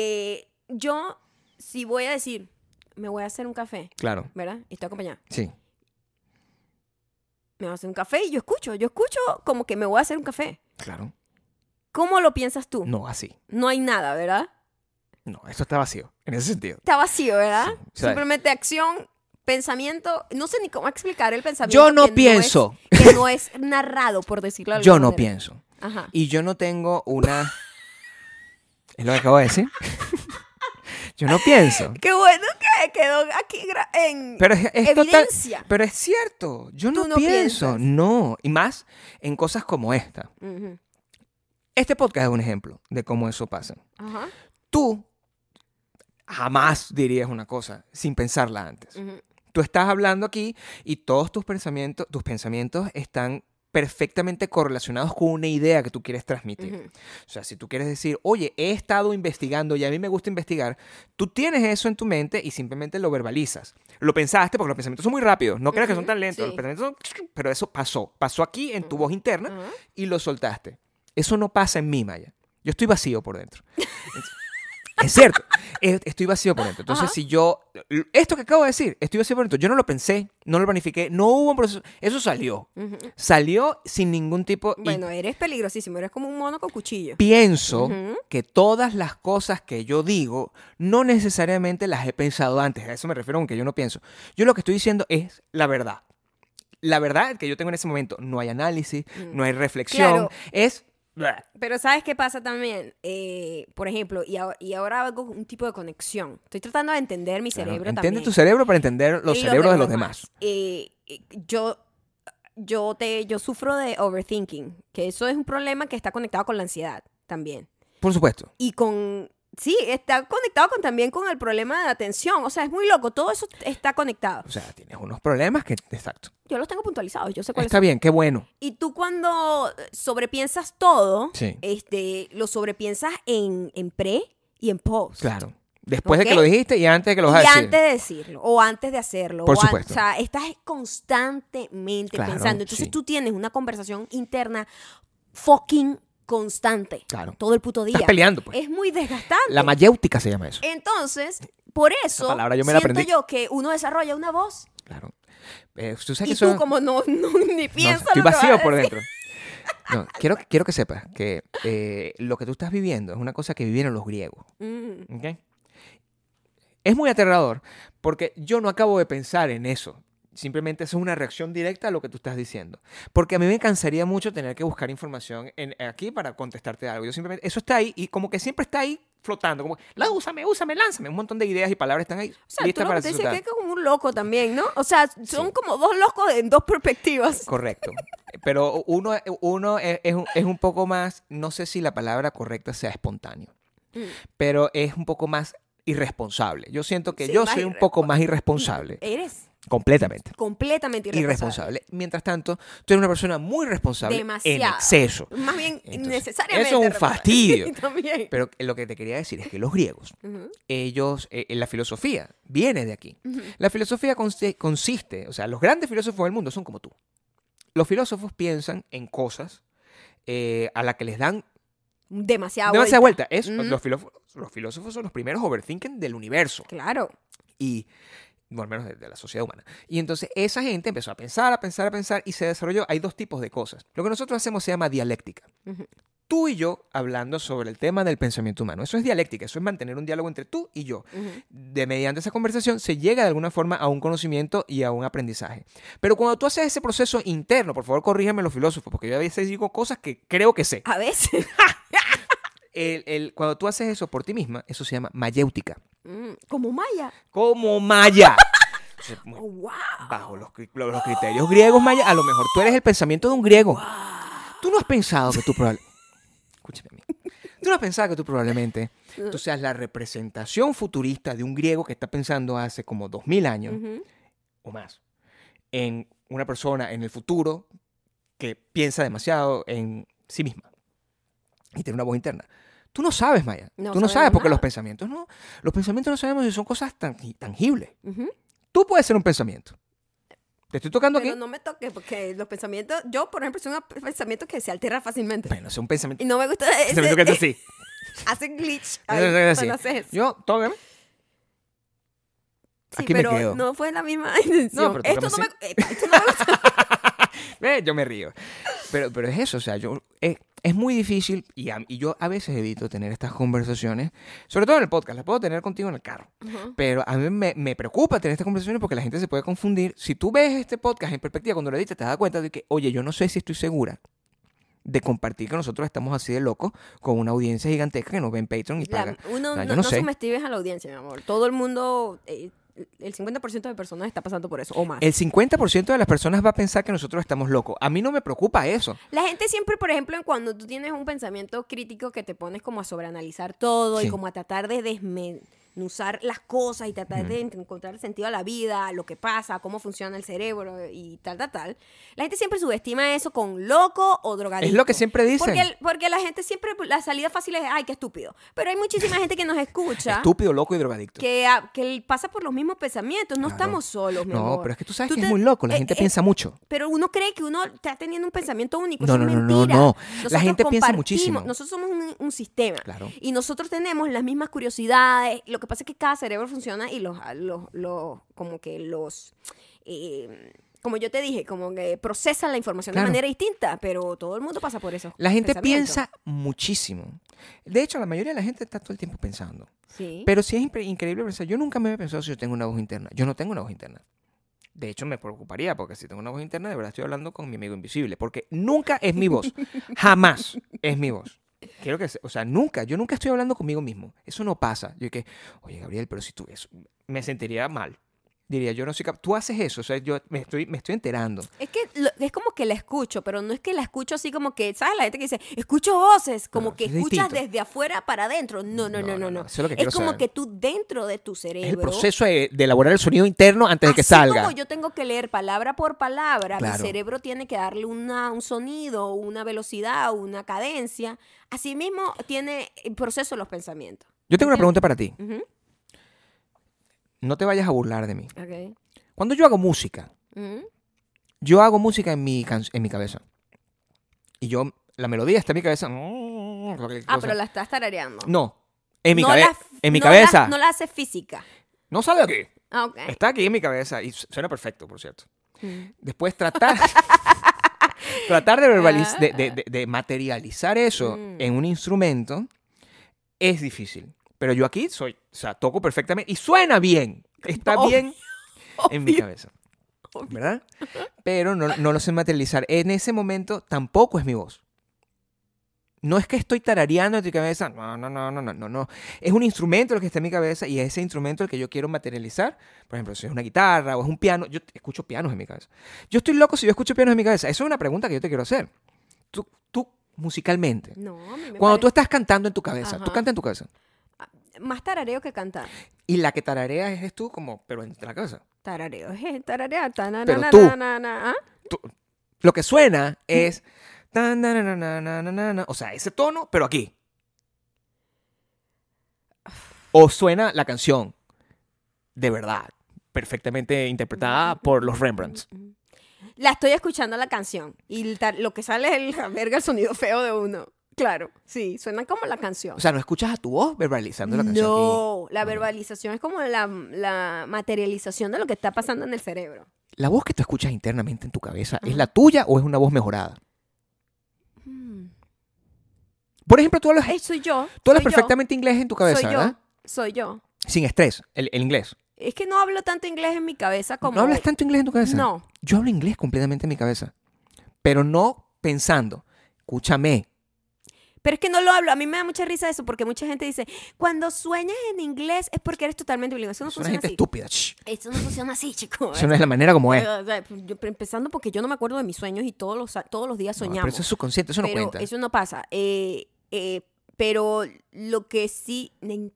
Yo, si voy a decir, me voy a hacer un café, Claro, ¿verdad? Y estoy acompañada. sí, Me voy a hacer un café y yo escucho como que me voy a hacer un café. claro. ¿Cómo lo piensas tú? No, así. No hay nada, ¿verdad? No, esto está vacío, en ese sentido. Está vacío, ¿verdad? Sí, o sea, Simplemente acción, pensamiento. No sé ni cómo explicar el pensamiento. Yo no que pienso. que no es narrado, por decirlo de alguna Yo no manera. pienso. Ajá. Y yo no tengo una... ¿Es lo que acabo de decir? Yo no pienso. Qué bueno que quedó aquí en Pero es total... evidencia. Pero es cierto, yo Tú no no pienso. piensas. No, y más en cosas como esta. Ujú. Este podcast es un ejemplo de cómo eso pasa. Ajá. Tú jamás dirías una cosa sin pensarla antes. Ujú. Tú estás hablando aquí y todos tus pensamientos están perfectamente correlacionados con una idea que tú quieres transmitir. Ujú. O sea, si tú quieres decir, oye, he estado investigando y a mí me gusta investigar, tú tienes eso en tu mente y simplemente lo verbalizas. Lo pensaste porque los pensamientos son muy rápidos. No creas que son tan lentos. Sí. Los pensamientos son... Pero eso pasó. Pasó aquí en tu voz interna Ajá. y lo soltaste. Eso no pasa en mí, Maya. Yo estoy vacío por dentro. Es cierto, estoy vacío por dentro. Entonces, Ajá. si yo... Esto que acabo de decir, estoy vacío por dentro. Yo no lo pensé, no lo planifiqué, no hubo un proceso. Eso salió. Ujú. Salió sin ningún tipo... y Bueno, eres peligrosísimo. Eres como un mono con cuchillo. pienso Ujú. que todas las cosas que yo digo no necesariamente las he pensado antes. A eso me refiero con que yo no pienso. Yo lo que estoy diciendo es la verdad. La verdad que yo tengo en ese momento. No hay análisis, no hay reflexión. Claro. Es... Pero ¿sabes qué pasa también? Por ejemplo, y ahora hago un tipo de conexión. Estoy tratando de entender mi Claro, cerebro entiende también. tu cerebro para entender los Y cerebros de los demás. Yo sufro de overthinking, que eso es un problema que está conectado con la ansiedad también. Por supuesto. Y sí, está conectado también con el problema de atención. O sea, es muy loco. Todo eso está conectado. O sea, tienes unos problemas que... Exacto. Yo los tengo puntualizados. Yo sé cuáles Está son. bien, qué bueno. Y tú cuando sobrepiensas todo, Sí. lo sobrepiensas en pre y en post. Claro. Después de ¿Ok? que lo dijiste y antes de que lo Y vas a decir. antes de decirlo, o antes de hacerlo. Por o supuesto. O sea, estás constantemente Claro, pensando. Entonces sí. tú tienes una conversación interna fucking constante. Claro. Todo el puto día. Estás peleando, pues. Es muy desgastante. La mayéutica se llama eso. Entonces, por eso palabra yo me la siento aprendí. yo que uno desarrolla una voz. Claro. Tú sabes Y que tú eso... como no ni No, piensas estoy lo que vas a vacío por decir. dentro. No, quiero que sepas que lo que tú estás viviendo es una cosa que vivieron los griegos. Mm. ¿Ok? Es muy aterrador porque yo no acabo de pensar en eso. Simplemente eso es una reacción directa a lo que tú estás diciendo. Porque a mí me cansaría mucho tener que buscar información aquí para contestarte algo. Yo simplemente, eso está ahí y como que siempre está ahí flotando, como, úsame, lánzame. Un montón de ideas y palabras están ahí O sea, tú listas lo para que te ser dices que soltadas. es como un loco también, ¿no? O sea, son Sí. como dos locos en dos perspectivas. Correcto. Pero uno es un poco más, no sé si la palabra correcta sea espontáneo, Mm. pero es un poco más irresponsable. Yo siento que Sí, yo más soy un poco más irresponsable. Eres Completamente. completamente irresponsable. Irresponsable. Mientras tanto, tú eres una persona muy responsable Demasiado. en exceso. Más bien, Entonces, innecesariamente. eso es un responsable. fastidio. Sí, también. Pero lo que te quería decir es que los griegos, Ujú. ellos, la filosofía viene de aquí. Ujú. La filosofía consiste, o sea, los grandes filósofos del mundo son como tú. Los filósofos piensan en cosas a las que les dan Demasiada demasiada vuelta. Ujú. Los filósofos son los primeros overthinking del universo. Claro. Y, bueno, al menos de la sociedad humana. Y entonces esa gente empezó a pensar y se desarrolló. Hay dos tipos de cosas. Lo que nosotros hacemos se llama dialéctica. Ujú. Tú y yo hablando sobre el tema del pensamiento humano. Eso es dialéctica, eso es mantener un diálogo entre tú y yo. Ujú. Mediante esa conversación se llega de alguna forma a un conocimiento y a un aprendizaje. Pero cuando tú haces ese proceso interno, por favor corrígeme los filósofos, porque yo a veces digo cosas que creo que sé. A veces. Cuando tú haces eso por ti misma, eso se llama mayéutica. Como Maya. Como Maya. Entonces, Oh, wow. bajo los criterios griegos, Maya, a lo mejor tú eres el pensamiento de un griego. Wow. Tú no has pensado que tú probablemente... Escúchame a mí. Tú no has pensado que tú probablemente tú seas la representación futurista de un griego que está pensando hace como 2000 años Ujú. o más en una persona en el futuro que piensa demasiado en sí misma y tiene una voz interna. Tú no sabes, Maya. No Tú no sabes sabemos porque nada. los pensamientos no sabemos si son cosas tangibles. Ujú. Tú puedes ser un pensamiento. Te estoy tocando Pero aquí. no me toque, porque los pensamientos, yo, por ejemplo, soy un pensamiento que se altera fácilmente. Bueno, es un pensamiento. Y no me gusta Pensamiento que es así. hacen glitch. Eso Ahí, es así. cuando haces eso. Yo, tócame. Sí, Aquí me pero quedo. no fue la misma intención. pero esto, tócame esto no me gusta. Yo me río. Pero es eso, o sea, es muy difícil y yo a veces evito tener estas conversaciones, sobre todo en el podcast, las puedo tener contigo en el carro. Ujú. Pero a mí me preocupa tener estas conversaciones porque la gente se puede confundir. Si tú ves este podcast en perspectiva, cuando lo editas, te das cuenta de que, oye, yo no sé si estoy segura de compartir que nosotros estamos así de locos con una audiencia gigantesca que nos ve en Patreon y paga. Uno O sea, yo no, no no sé. subestimes a la audiencia, mi amor. Todo el mundo, el 50% de personas está pasando por eso, o más. El 50% de las personas va a pensar que nosotros estamos locos. A mí no me preocupa eso. La gente siempre, por ejemplo, cuando tú tienes un pensamiento crítico que te pones como a sobreanalizar todo Sí. y como a tratar de desmenuzar las cosas y tratar de encontrar sentido a la vida, a lo que pasa, cómo funciona el cerebro y tal. La gente siempre subestima eso con loco o drogadicto. Es lo que siempre dicen. Porque la gente siempre, la salida fácil es, ay, qué estúpido. Pero hay muchísima gente que nos escucha. Estúpido, loco y drogadicto. Que pasa por los mismos pensamientos. No Claro. estamos solos, mi No, amor. pero es que tú sabes Tú que te- es muy loco. La gente piensa mucho. Pero uno cree que uno está teniendo un pensamiento único. No, Eso es no, no, no, mentira. no. La Nosotros gente piensa compartimos- muchísimo. Nosotros somos un sistema. Claro. Y nosotros tenemos las mismas curiosidades. Lo que pasa es que cada cerebro funciona y como que como yo te dije, como que procesan la información Claro. de manera distinta, pero todo el mundo pasa por eso. La gente piensa muchísimo. De hecho, la mayoría de la gente está todo el tiempo pensando. Sí. Pero sí es increíble pensar. Yo nunca me había pensado si yo tengo una voz interna. Yo no tengo una voz interna. De hecho, me preocuparía porque si tengo una voz interna, de verdad estoy hablando con mi amigo invisible. Porque nunca es mi voz. Jamás es mi voz. Quiero que, o sea, nunca. Yo nunca estoy hablando conmigo mismo. Eso no pasa. Yo que, oye, Gabriel, pero si tú eso, me sentiría mal. Diría, yo no soy capaz. Tú haces eso. O sea, yo me estoy enterando. Es que es como que la escucho, pero no es que la escucho así como que, ¿sabes? La gente que dice, escucho voces, como No, que es escuchas distinto. desde afuera para adentro. No. Eso es lo que quiero Es como saber. que tú dentro de tu cerebro. Es el proceso de elaborar el sonido interno antes de que Así salga. como yo tengo que leer palabra por palabra, Claro. mi cerebro tiene que darle un sonido, una velocidad, una cadencia. Asimismo, tiene el proceso de los pensamientos. Yo tengo una pregunta para ti. Ujú. No te vayas a burlar de mí. Ok. Cuando yo hago música, Ujú. yo hago música en mi cabeza. Y la melodía está en mi cabeza. Pero la estás tarareando. No, en mi, No cabeza. la- En mi no cabeza. No la haces física. No sale de aquí. Ah, ok. Está aquí en mi cabeza y suena perfecto, por cierto. Mm. Después tratar de materializar eso en un instrumento es difícil. Pero yo aquí toco perfectamente y suena bien. Está Obvio. bien en mi Obvio. cabeza. ¿Verdad? Pero no lo sé materializar. En ese momento tampoco es mi voz. No es que estoy tarareando en tu cabeza. No. Es un instrumento el que está en mi cabeza y es ese instrumento el que yo quiero materializar. Por ejemplo, si es una guitarra o es un piano. Yo escucho pianos en mi cabeza. Yo estoy loco si yo escucho pianos en mi cabeza. Eso es una pregunta que yo te quiero hacer. Tú musicalmente. No, a mí me Cuando parece tú estás cantando en tu cabeza. Ajá. Tú cantas en tu cabeza. más tarareo que cantar. Y la que tararea eres tú como, pero en la cabeza. Tarareo es tararear. Pero tú. ¿Ah? Lo que suena es... tan, na, na, na, na, na, na, o sea, ese tono, pero aquí. O suena la canción de verdad, perfectamente interpretada por los Rembrandts. La estoy escuchando la canción y lo que sale es el sonido feo de uno. Claro, sí, suena como la canción. O sea, no escuchas a tu voz verbalizando la canción. No, aquí. la verbalización es como la materialización de lo que está pasando en el cerebro. ¿La voz que tú escuchas internamente en tu cabeza es la tuya o es una voz mejorada? Por ejemplo, tú hablas Soy yo. perfectamente inglés en tu cabeza, ¿verdad? Soy yo. Sin estrés, el inglés. Es que no hablo tanto inglés en mi cabeza como... ¿No hablas tanto inglés en tu cabeza? No. Yo hablo inglés completamente en mi cabeza. Pero no pensando. Escúchame. Pero es que no lo hablo. A mí me da mucha risa eso porque mucha gente dice, cuando sueñas en inglés es porque eres totalmente bilingüe. Eso no Es una funciona gente así. estúpida. Shh. Eso no funciona así, chicos. Eso no es la manera como es. O sea, empezando porque yo no me acuerdo de mis sueños y todos los días No, soñamos. pero eso es subconsciente, eso no Pero cuenta. eso no pasa. Pero lo que sí...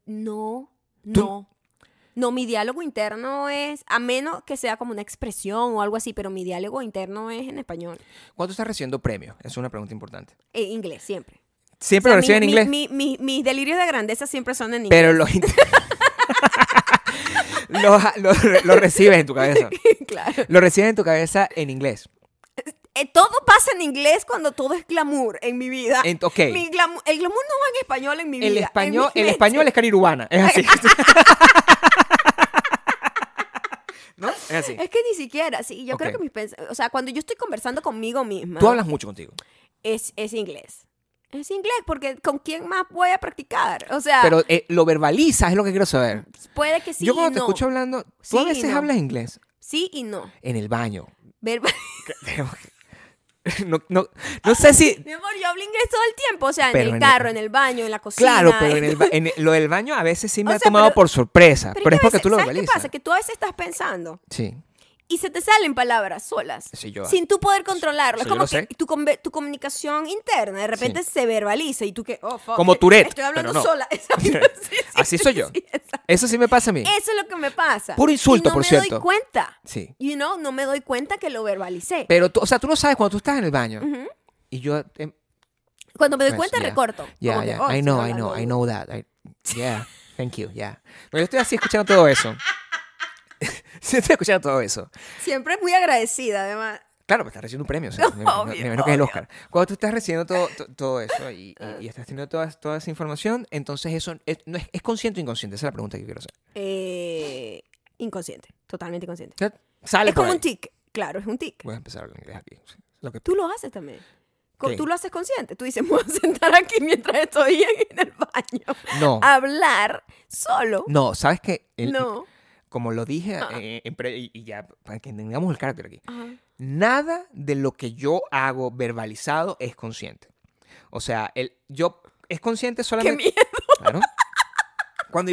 No, mi diálogo interno es... A menos que sea como una expresión o algo así, pero mi diálogo interno es en español. ¿Cuándo estás recibiendo premios? Es una pregunta importante. Inglés, siempre. ¿Siempre O sea, lo reciben en inglés? Mis delirios de grandeza siempre son en inglés. Pero lo recibes en tu cabeza. Claro. Lo recibes en tu cabeza en inglés. Todo pasa en inglés cuando todo es glamour en mi vida. Ok. El glamour no va en español en mi vida. El en español mi mente. es carirubana. Es así. ¿No? Es así. Es que ni siquiera, sí. Yo Ok. creo que o sea, cuando yo estoy conversando conmigo misma, Tú hablas mucho contigo. es inglés. Es inglés, porque ¿con quién más voy a practicar? O sea, Pero lo verbalizas, es lo que quiero saber. puede que sí Yo cuando y te no. escucho hablando, tú Sí a y veces no. hablas inglés. Sí y no. En el baño. Verba- No sé si... Mi amor, yo hablo inglés todo el tiempo. O sea, Pero en el en carro, en el baño, en la cocina. Claro, pero lo del baño a veces sí me O ha sea, tomado pero- por sorpresa. Pero Pero es es que a porque tú lo veces, ¿sabes qué verbalizas. pasa? Que tú a veces estás pensando Sí. y se te salen palabras solas. Sí, yo- sin tú poder controlarlo. Sí, Es yo como lo sé. que tu comunicación interna de repente se verbaliza y tú que, oh, fuck, Como Tourette, estoy hablando pero no. sola. Exacto. Sí, Así soy yo. exacto. Eso sí me pasa a mí. Eso es lo que me pasa. Puro insulto, y no por me cierto. doy cuenta. Sí. No me doy cuenta que lo verbalicé. Pero, o sea, tú no sabes cuando tú estás en el baño. Ujú. Y yo... Cuando me doy Pues, cuenta, yeah. recorto. Yeah, Como que, yeah. oh, I estoy know hablando. that. Yeah. Thank you, yeah. Pero yo estoy así escuchando todo eso. Sí, estoy escuchando todo eso. Siempre muy agradecida, además. Claro, me estás recibiendo un premio. O sea, Obvio, me imagino que es el obvio. Oscar. Cuando tú estás recibiendo todo eso y estás teniendo toda esa información, entonces eso no es consciente o inconsciente. Esa es la pregunta que quiero hacer. Inconsciente. Totalmente inconsciente. O sea, sale Es por como ahí. un tic. Claro, es un tic. Voy a empezar a hablar inglés aquí. Sí, lo que- Tú lo haces también. ¿Qué? Tú lo haces consciente. Tú dices, me voy a sentar aquí mientras estoy en el baño. No. A hablar solo. No, ¿sabes qué? No. Como lo dije, y ya, para que tengamos el carácter aquí, Ajá. nada de lo que yo hago verbalizado es consciente. O sea, es consciente Qué solamente... miedo. Claro. Cuando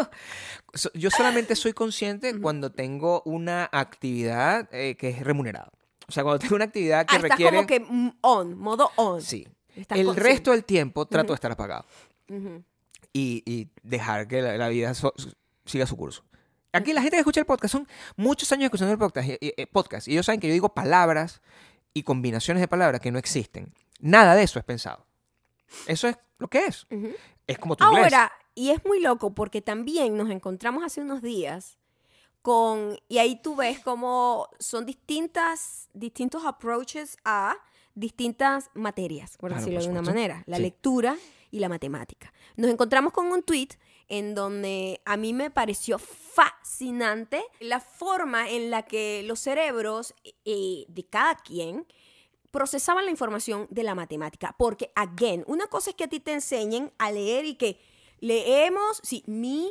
yo solamente soy consciente cuando tengo una actividad que es remunerada. O sea, cuando tengo una actividad que Estás requiere... como que modo on. Sí. Estás El consciente. resto del tiempo trato de estar apagado Ujú. y dejar que la vida siga su curso. Aquí la gente que escucha el podcast son muchos años escuchando el podcast y ellos saben que yo digo palabras y combinaciones de palabras que no existen. Nada de eso es pensado. Eso es lo que es. Ujú. Es como tu inglés. Ahora, y es muy loco porque también nos encontramos hace unos días y ahí tú ves cómo son distintos approaches a distintas materias, por Claro, decirlo por de una supuesto. manera, la Sí. lectura y la matemática. Nos encontramos con un tweet en donde a mí me pareció fascinante la forma en la que los cerebros de cada quien procesaban la información de la matemática. Porque, again, una cosa es que a ti te enseñen a leer y que leemos, sí,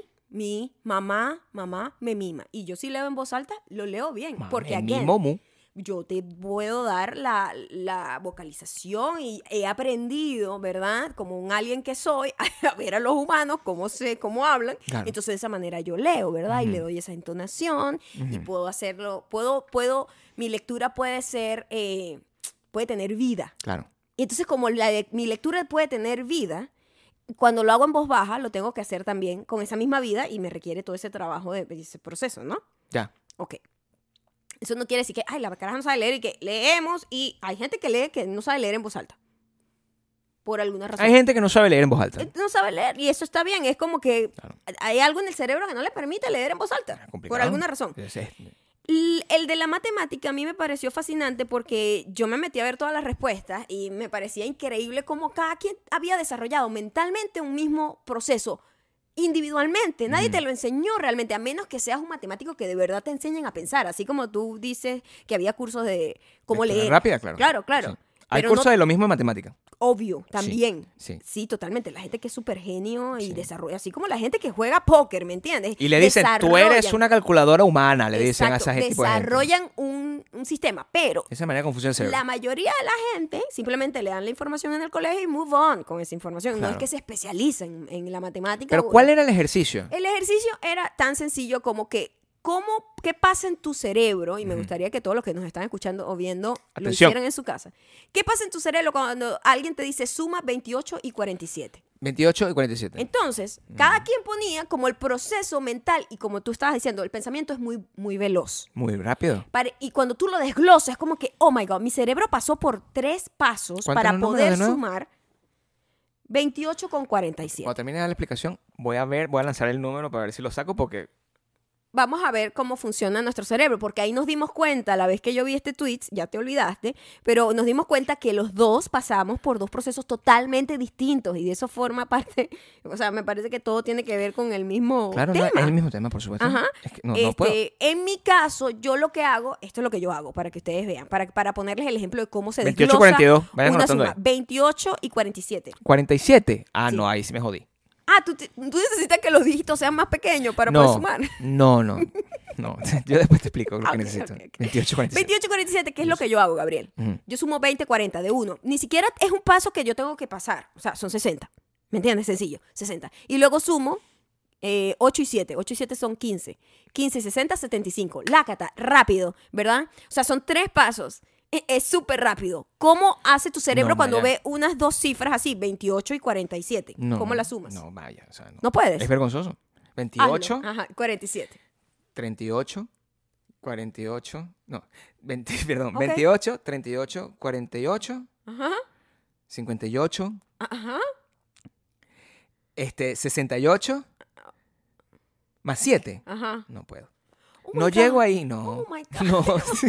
mamá, me mima. Y yo si leo en voz alta, lo leo bien. Porque, Mami, again, momu. yo te puedo dar la vocalización y he aprendido, ¿verdad? Como un alien que soy, a ver a los humanos cómo hablan. Claro. Entonces de esa manera yo leo, ¿verdad? Y le doy esa entonación y puedo hacerlo, mi lectura puede ser, puede tener vida. Claro. Y entonces como mi lectura puede tener vida, cuando lo hago en voz baja, lo tengo que hacer también con esa misma vida y me requiere todo ese trabajo de ese proceso, ¿no? Ya. Ok. Eso no quiere decir que, ay, la caraja no sabe leer y que leemos y hay gente que lee que no sabe leer en voz alta. Por alguna razón. Hay gente que no sabe leer en voz alta. No sabe leer y eso está bien. Es como que hay algo en el cerebro que no le permite leer en voz alta. Por alguna razón. El de la matemática a mí me pareció fascinante porque yo me metí a ver todas las respuestas y me parecía increíble cómo cada quien había desarrollado mentalmente un mismo proceso individualmente. Nadie te lo enseñó realmente, a menos que seas un matemático que de verdad te enseñen a pensar. Así como tú dices que había cursos de cómo leer. Rápida, claro. Claro. Sí. Hay Pero cursos no, de lo mismo en matemática. obvio, también. Sí. Totalmente. La gente que es súper genio y desarrolla, así como la gente que juega póker, ¿me entiendes? Y le dicen, tú eres una calculadora humana, le dicen a esa gente. Desarrollan un sistema, pero esa manera de confusión el cerebro. la mayoría de la gente simplemente le dan la información en el colegio y move on con esa información. Claro. No es que se especialicen en la matemática. Pero ¿cuál era el ejercicio? El ejercicio era tan sencillo como que ¿qué pasa en tu cerebro? Y me gustaría que todos los que nos están escuchando o viendo lo hicieran en su casa. ¿Qué pasa en tu cerebro cuando alguien te dice suma 28 y 47? 28 y 47. Entonces, cada quien ponía como el proceso mental y como tú estabas diciendo, el pensamiento es muy, muy veloz. Muy rápido. Y cuando tú lo desglosas, es como que, oh my God, mi cerebro pasó por 3 pasos para poder sumar 28 con 47. Cuando termine la explicación, voy a lanzar el número para ver si lo saco porque... Vamos a ver cómo funciona nuestro cerebro, porque ahí nos dimos cuenta, la vez que yo vi este tweet, ya te olvidaste, pero nos dimos cuenta que los dos pasamos por 2 procesos totalmente distintos y de eso forma parte, o sea, me parece que todo tiene que ver con el mismo tema. Claro, es el mismo tema, por supuesto. Ajá. Es que no puedo. En mi caso, yo lo que hago, esto es lo que yo hago, para que ustedes vean, para ponerles el ejemplo de cómo se 28 desglosa 42, vayan una anotando suma. ahí. 28 y 47. 47. Ah, Sí. no, ahí sí me jodí. Ah, tú necesitas que los dígitos sean más pequeños para poder sumar. No. Yo después te explico lo que necesito. Ok. 28 47. 28 y 47, ¿qué es lo que yo hago, Gabriel? Yo sumo 20, 40 de uno. Ni siquiera es un paso que yo tengo que pasar. O sea, son 60. ¿Me entiendes? Sencillo, 60. Y luego sumo 8 y 7. 8 y 7 son 15. 15, 60, 75. Lácata, rápido, ¿verdad? O sea, son 3 pasos. Es súper rápido. ¿Cómo hace tu cerebro cuando ve unas 2 cifras así, 28 y 47? ¿Cómo las sumas? No, vaya. O sea, ¿No puedes? Es vergonzoso. 28. Hazlo. Ajá, 47. 38, 48, no, 20, perdón, Ok. 28, 38, 48, Ajá. 58, Ajá. 68, más 7. Ajá. No puedo. Oh my No God. llego ahí, no. Oh my God. No.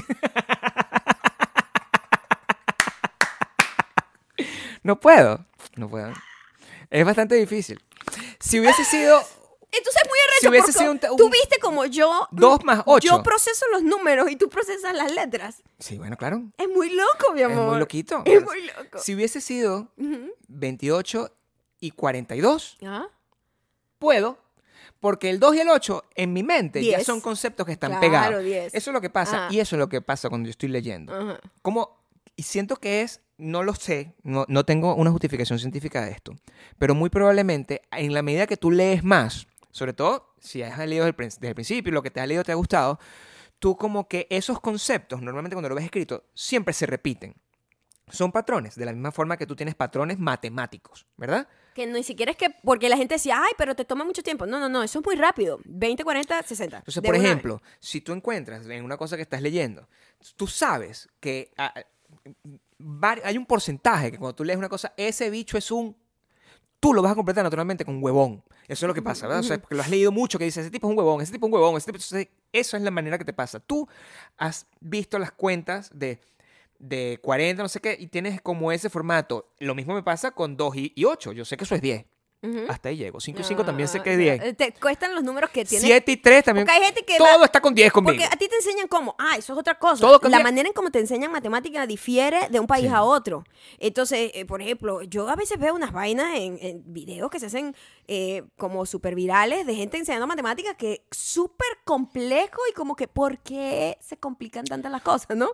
No puedo. Es bastante difícil. Si hubiese sido Entonces es muy arrecho Si hubiese porque sido tú viste como yo... 2 más 8. Yo proceso los números y tú procesas las letras. Sí, bueno, claro. Es muy loco, mi amor. Es muy loquito. Es muy loco. Si hubiese sido Ujú. 28 y 42, ¿Ah? puedo, porque el 2 y el 8 en mi mente ya 10. son conceptos que están Claro, pegados. 10. Eso es lo que pasa. Ajá. Y eso es lo que pasa cuando yo estoy leyendo. Ajá. Y siento que no lo sé, no tengo una justificación científica de esto, pero muy probablemente en la medida que tú lees más, sobre todo si has leído desde el principio y lo que te has leído te ha gustado, tú como que esos conceptos, normalmente cuando lo ves escrito, siempre se repiten. Son patrones, de la misma forma que tú tienes patrones matemáticos, ¿verdad? Que ni siquiera es que... Porque la gente decía, ay, pero te toma mucho tiempo. No, eso es muy rápido. 20, 40, 60. Entonces, De por una ejemplo, si tú encuentras en una cosa que estás leyendo, tú sabes que hay un porcentaje que cuando tú lees una cosa, ese bicho es tú lo vas a completar naturalmente con huevón. Eso es lo que pasa, ¿verdad? O sea, porque lo has leído mucho que dice, ese tipo es un huevón, ese tipo es un huevón, entonces, eso es la manera que te pasa. Tú has visto las cuentas de 40, no sé qué, y tienes como ese formato. Lo mismo me pasa con 2 y 8. Yo sé que eso es 10. Hasta ahí llego. 5 y 5 también sé que es 10. Te cuestan los números que tienes. 7 y 3 también. Porque hay gente que todo está con 10 conmigo. Porque a ti te enseñan cómo. Eso es otra cosa. Todo cambia. La manera en cómo te enseñan matemática difiere de un país a otro. Entonces, por ejemplo, yo a veces veo unas vainas en videos que se hacen como súper virales de gente enseñando matemáticas que es súper complejo y como que ¿por qué se complican tantas las cosas, no?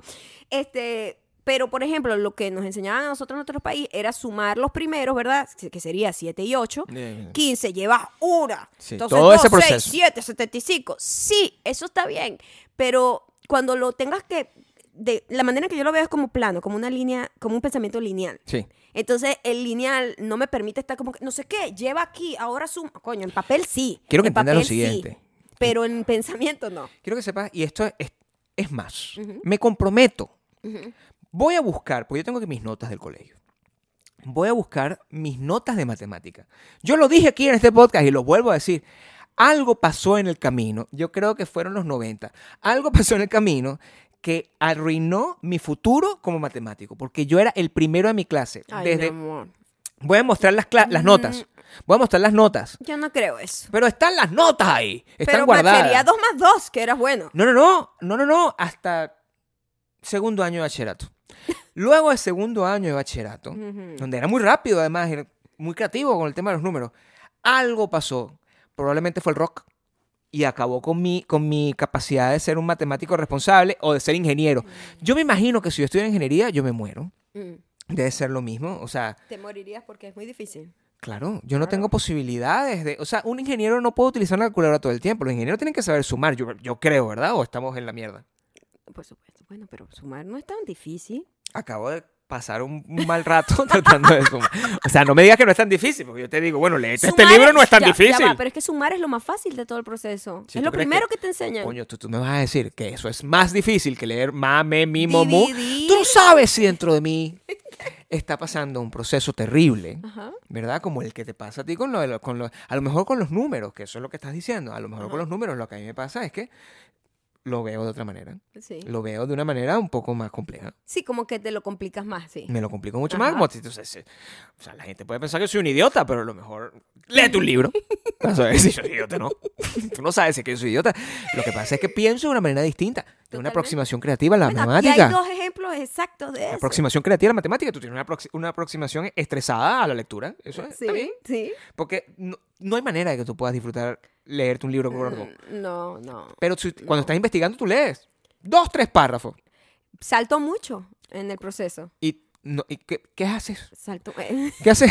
Pero, por ejemplo, lo que nos enseñaban a nosotros en nuestro país era sumar los primeros, ¿verdad? Que sería 7 y 8. 15, llevas una. Sí, Entonces, todo 2, ese 6, proceso. 7, 75. Sí, eso está bien. Pero cuando lo tengas que... la manera en que yo lo veo es como plano, como una línea, como un pensamiento lineal. Sí. Entonces, el lineal no me permite estar como que, no sé qué, lleva aquí, ahora suma. Coño, en papel sí. Quiero que en entiendas lo papel sí, siguiente. pero en pensamiento no. Quiero que sepas, y esto es más. Me comprometo. Voy a buscar, porque yo tengo aquí mis notas del colegio. Voy a buscar mis notas de matemática. Yo lo dije aquí en este podcast y lo vuelvo a decir. Algo pasó en el camino, yo creo que fueron los 90. Algo pasó en el camino que arruinó mi futuro como matemático, porque yo era el primero de mi clase. Ay, mi amor. Voy a mostrar las notas. Voy a mostrar las notas. Yo no creo eso. Pero están las notas ahí. Están Pero guardadas. sería 2 más 2, que era bueno. No. Hasta segundo año de bachillerato. Luego de segundo año de bachillerato, donde era muy rápido además, era muy creativo con el tema de los números, algo pasó. Probablemente fue el rock. Y acabó con mi capacidad de ser un matemático responsable o de ser ingeniero. Yo me imagino que si yo estudiara ingeniería, yo me muero. Debe ser lo mismo. O sea, te morirías porque es muy difícil. Claro, yo no tengo posibilidades de... O sea, un ingeniero no puede utilizar una calculadora todo el tiempo. Los ingenieros tienen que saber sumar, yo creo, ¿verdad? ¿O estamos en la mierda? Por supuesto. Bueno, pero sumar no es tan difícil. Acabo de pasar un mal rato tratando de sumar. O sea, no me digas que no es tan difícil, porque yo te digo, bueno, léete este libro, no es tan difícil. Ya va, pero es que sumar es lo más fácil de todo el proceso. Sí, es lo primero que te enseñan. Coño, tú me vas a decir que eso es más difícil que leer mame, mi, momu. Dividir. Tú no sabes si dentro de mí está pasando un proceso terrible, Ajá. ¿verdad? Como el que te pasa a ti a lo mejor con los números, que eso es lo que estás diciendo. A lo mejor con los números lo que a mí me pasa es que lo veo de otra manera. Sí. Lo veo de una manera un poco más compleja. Sí, como que te lo complicas más, sí. Me lo complico mucho Ajá. más. Entonces, o sea, la gente puede pensar que soy un idiota, pero a lo mejor léete un libro. Vas a ver si soy idiota, ¿no? Tú no sabes si es que yo soy idiota. Lo que pasa es que pienso de una manera distinta. De una Totalmente. aproximación creativa a la Bueno, matemática. aquí hay 2 ejemplos exactos de eso. Aproximación creativa a la matemática. Tú tienes una aproximación estresada a la lectura. Eso es, está bien. Sí. Porque no hay manera de que tú puedas disfrutar leerte un libro gordo. No. Pero cuando estás investigando, tú lees 2, 3 párrafos. Salto mucho en el proceso. ¿Y qué haces? Salto. ¿Qué haces?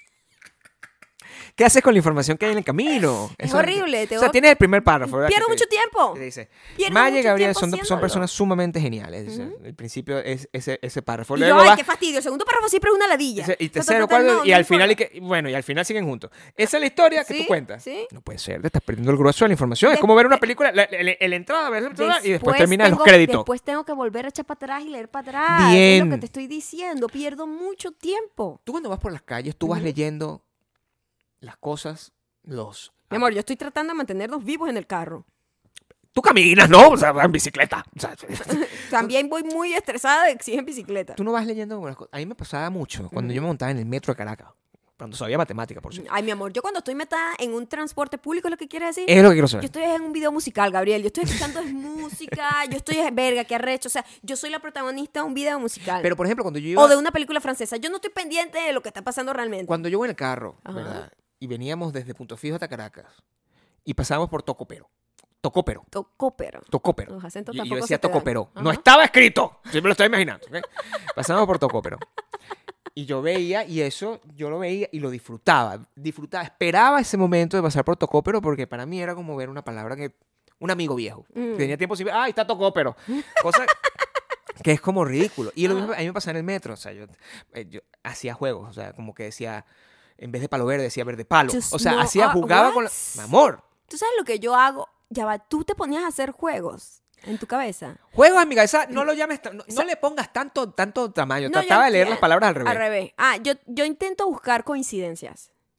¿Qué haces con la información que hay en el camino? Es horrible. O sea, tienes el primer párrafo, ¿verdad? Pierdo Que mucho tiempo. te dice, Pierdo Maya y mucho Gabriel tiempo son haciéndolo. personas sumamente geniales. Dice. El principio es ese párrafo. Y Luego yo, va, ay, qué fastidio. El segundo párrafo siempre es una ladilla. y tercero, cuarto, y al final y al final siguen juntos. Esa es la historia que Sí, tú cuentas. sí. No puede ser, te estás perdiendo el grueso de la información. Es como ver una película, la entrada, ver la entrada y después terminan los créditos. Después tengo que volver a echar para atrás y leer para atrás. Bien. Es lo que te estoy diciendo. Pierdo mucho tiempo. Tú cuando vas por las calles, tú vas leyendo las cosas, Mi amor, yo estoy tratando de mantenernos vivos en el carro. Tú caminas, ¿no? O sea, vas en bicicleta. O sea, También voy muy estresada de que en bicicleta. tú no vas leyendo como las cosas. A mí me pasaba mucho cuando yo me montaba en el metro de Caracas. Cuando sabía matemática, por cierto. Ay, mi amor, yo cuando estoy metida en un transporte público, ¿es lo que quieres decir? Es lo que quiero Yo saber. estoy en un video musical, Gabriel. Yo estoy escuchando música. Yo estoy verga, qué arrecho. O sea, yo soy la protagonista de un video musical. Pero, por ejemplo, cuando yo iba... O de una película francesa. Yo no estoy pendiente de lo que está pasando realmente. Cuando yo iba en el carro, Ajá. ¿verdad? Y veníamos desde Punto Fijo hasta Caracas. Y pasábamos por Tocopero. Tocópero. Los acentos Yo tampoco decía se te dan. Tocópero. No Ajá. estaba escrito. Siempre lo estoy imaginando. ¿Ok? Pasábamos por Tocópero. Y yo veía, y eso, yo lo veía y lo disfrutaba. Esperaba ese momento de pasar por Tocópero porque para mí era como ver una palabra que... Un amigo viejo. Que tenía tiempo sin ver. ¡Ay, está Tocópero! Cosa que es como ridículo. Y lo mismo a mí me pasaba en el metro. O sea, yo hacía juegos. O sea, como que decía... En vez de palo verde, decía verde palo. O sea, jugaba con... Mi amor. ¿Tú sabes lo que yo hago? Ya va, tú te ponías a hacer juegos en tu cabeza. Juegos en mi cabeza, no lo llames... No le pongas tanto tamaño. No, Trataba yo de leer entiendo. las palabras al revés. Al revés. Yo intento buscar coincidencias.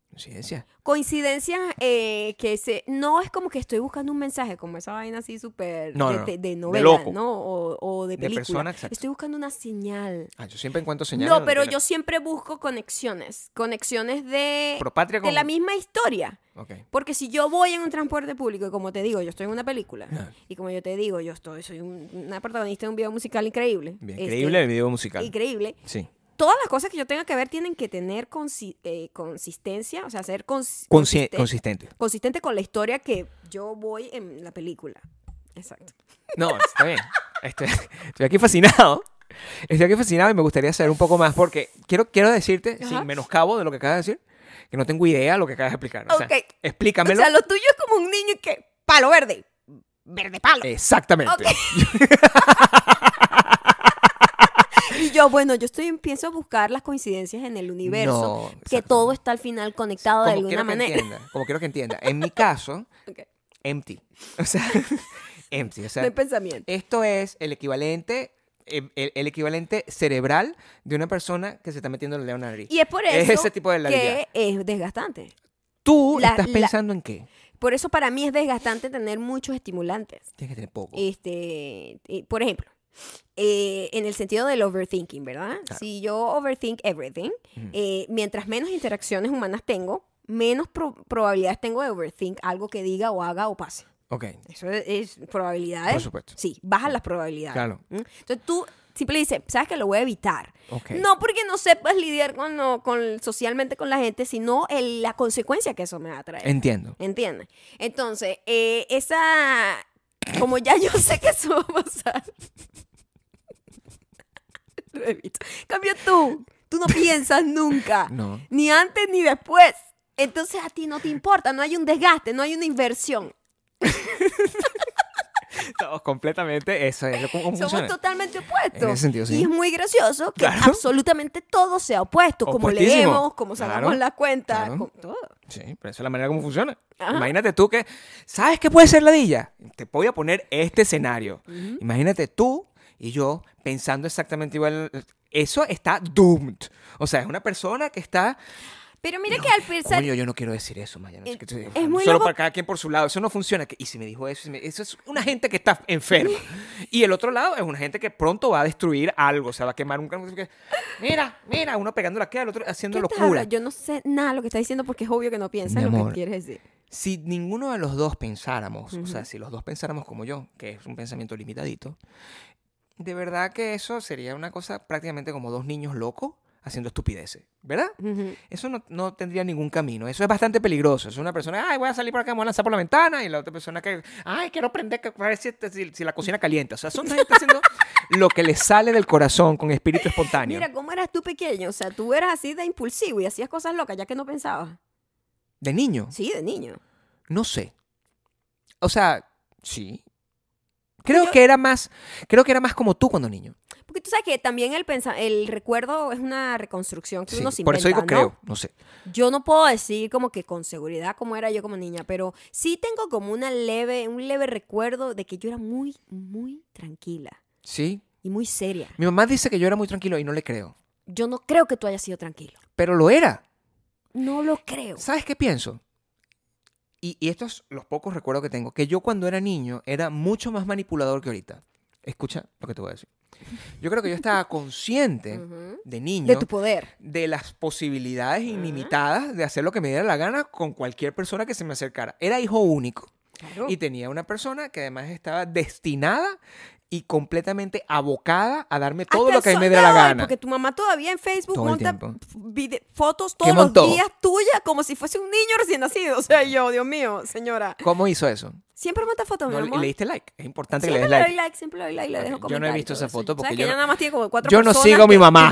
Coincidencia. Coincidencias no es como que estoy buscando un mensaje, como esa vaina así súper No, no, de de novela, loco. ¿no? O de De película. persona, exacto. Estoy buscando una señal. Yo siempre encuentro señales. No, donde pero quiera. yo siempre busco conexiones de Propatria con... la misma historia. Ok. Porque si yo voy en un transporte público y como te digo, yo estoy en una película Ajá. y como yo te digo, soy una protagonista de un video musical increíble. Bien, increíble el video musical. Increíble. Sí. Todas las cosas que yo tenga que ver tienen que tener consistencia, o sea, ser Consistente. consistente con la historia que yo voy en la película. Exacto. No, está bien. Estoy aquí fascinado. Estoy aquí fascinado y me gustaría saber un poco más porque quiero decirte, Ajá. sin menoscabo de lo que acabas de decir, que no tengo idea de lo que acabas de explicar. O sea, Ok. explícamelo. O sea, lo tuyo es como un niño que palo verde. Verde palo. Exactamente. Ok. Y yo empiezo a buscar las coincidencias en el universo, No, que exacto. todo está al final conectado de alguna manera. Como quiero que entienda. En mi caso, Ok. empty. O sea, empty. O sea, No hay pensamiento. esto es el equivalente, el equivalente cerebral de una persona que se está metiendo el dedo en la nariz. Y es por Es eso ese tipo de que ladilla. es desgastante. ¿Tú la- estás la- pensando en qué? Por eso para mí es desgastante tener muchos estimulantes. Tienes que tener poco. Por ejemplo, en el sentido del overthinking, ¿verdad? Claro. Si yo overthink everything, Ujú. mientras menos interacciones humanas tengo, menos probabilidades tengo de overthink algo que diga o haga o pase. Ok, Eso es probabilidades. por supuesto. Sí, bajan las probabilidades. Claro. ¿Mm? Entonces tú siempre dices, ¿sabes que lo voy a evitar? Ok. No porque no sepas lidiar socialmente con la gente, sino la consecuencia que eso me va a traer. Entiendo. ¿Entiendes? Entonces, como ya yo sé que eso va a pasar, lo evito. Cambio tú no piensas nunca, No. ni antes ni después. Entonces a ti no te importa, no hay un desgaste, no hay una inversión. No, completamente eso es cómo Somos funciona. totalmente opuestos. En ese sentido, sí. Y es muy gracioso que Claro. absolutamente todo sea opuesto, como Opuestísimo. leemos, como sacamos Claro, las cuentas, claro. con todo. Sí, pero esa es la manera como funciona. Ajá. Imagínate tú que, ¿sabes qué puede ser ladilla? Te voy a poner este escenario. Imagínate tú y yo pensando exactamente igual. Eso está doomed. O sea, es una persona que está... Pero mira que al pensar... Coño, yo no quiero decir eso, Maya. Es muy Solo loco. para cada quien por su lado. Eso no funciona. Y si me dijo eso, eso es una gente que está enferma. Y el otro lado es una gente que pronto va a destruir algo. O sea, va a quemar un... Mira, uno pegando la queda, el otro haciendo ¿Qué estás locura. hablando? Yo no sé nada de lo que está diciendo porque es obvio que no piensa Mi en lo amor. que quieres decir. Si ninguno de los dos pensáramos, o sea, si los dos pensáramos como yo, que es un pensamiento limitadito, de verdad que eso sería una cosa prácticamente como dos niños locos haciendo estupideces, ¿verdad? Ujú. Eso no tendría ningún camino. Eso es bastante peligroso. Es una persona, ay, voy a salir por acá, me voy a lanzar por la ventana. Y la otra persona que, ay, quiero prender, para ver si la cocina calienta. O sea, son gente haciendo lo que les sale del corazón con espíritu espontáneo. Mira, ¿cómo eras tú pequeño? O sea, tú eras así de impulsivo y hacías cosas locas ya que no pensabas. De niño, Sí, de niño. no sé. O sea, sí. Creo que era más como tú cuando niño. Porque tú sabes que también el recuerdo es una reconstrucción que Sí, uno se por eso digo inventa, ¿no? creo, no sé. Yo no puedo decir como que con seguridad cómo era yo como niña, pero sí tengo como un leve recuerdo de que yo era muy, muy tranquila Sí. y muy seria. Mi mamá dice que yo era muy tranquilo y no le creo. Yo no creo que tú hayas sido tranquilo. Pero lo era. No lo creo. ¿Sabes qué pienso? Y estos los pocos recuerdos que tengo, que yo cuando era niño era mucho más manipulador que ahorita. Escucha lo que te voy a decir. Yo creo que yo estaba consciente Ujú. de niño De tu poder. de las posibilidades ilimitadas de hacer lo que me diera la gana con cualquier persona que se me acercara. Era hijo único Claro. y tenía una persona que además estaba destinada y completamente abocada a darme todo Hasta lo que a mí eso- me diera la no, gana. Porque tu mamá todavía en Facebook Todo el monta tiempo. fotos ¿Qué todos los montó? días tuyas como si fuese un niño recién nacido. O sea, yo, Dios mío, señora. ¿Cómo hizo eso? Siempre monta fotos, mi No, amor. le diste like. Es importante que le Siempre des le like. doy like, siempre le doy like, le Ok, dejo yo no he comentarios. visto esa todo eso. foto porque ¿Sabes yo que ella no- nada más tiene como 4 yo no personas sigo a mi que mamá.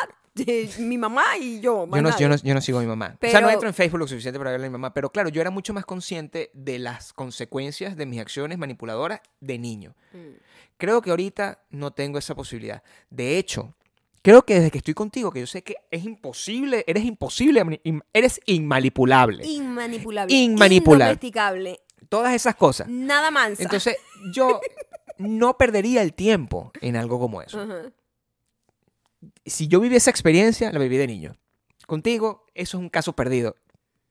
mi mamá y yo. más Yo no, nadie. yo no sigo a mi mamá. O sea, Pero- no entro en Facebook lo suficiente para verle a mi mamá. Pero claro, yo era mucho más consciente de las consecuencias de mis acciones manipuladoras de niño. Mm. Creo que ahorita no tengo esa posibilidad. De hecho, creo que desde que estoy contigo, que yo sé que es imposible, eres eres inmanipulable. Inmanipulable. Inmanipulable. Indomesticable. Todas esas cosas. Nada mansa. Entonces, yo no perdería el tiempo en algo como eso. Ajá. Si yo viví esa experiencia, la viví de niño. Contigo, eso es un caso perdido.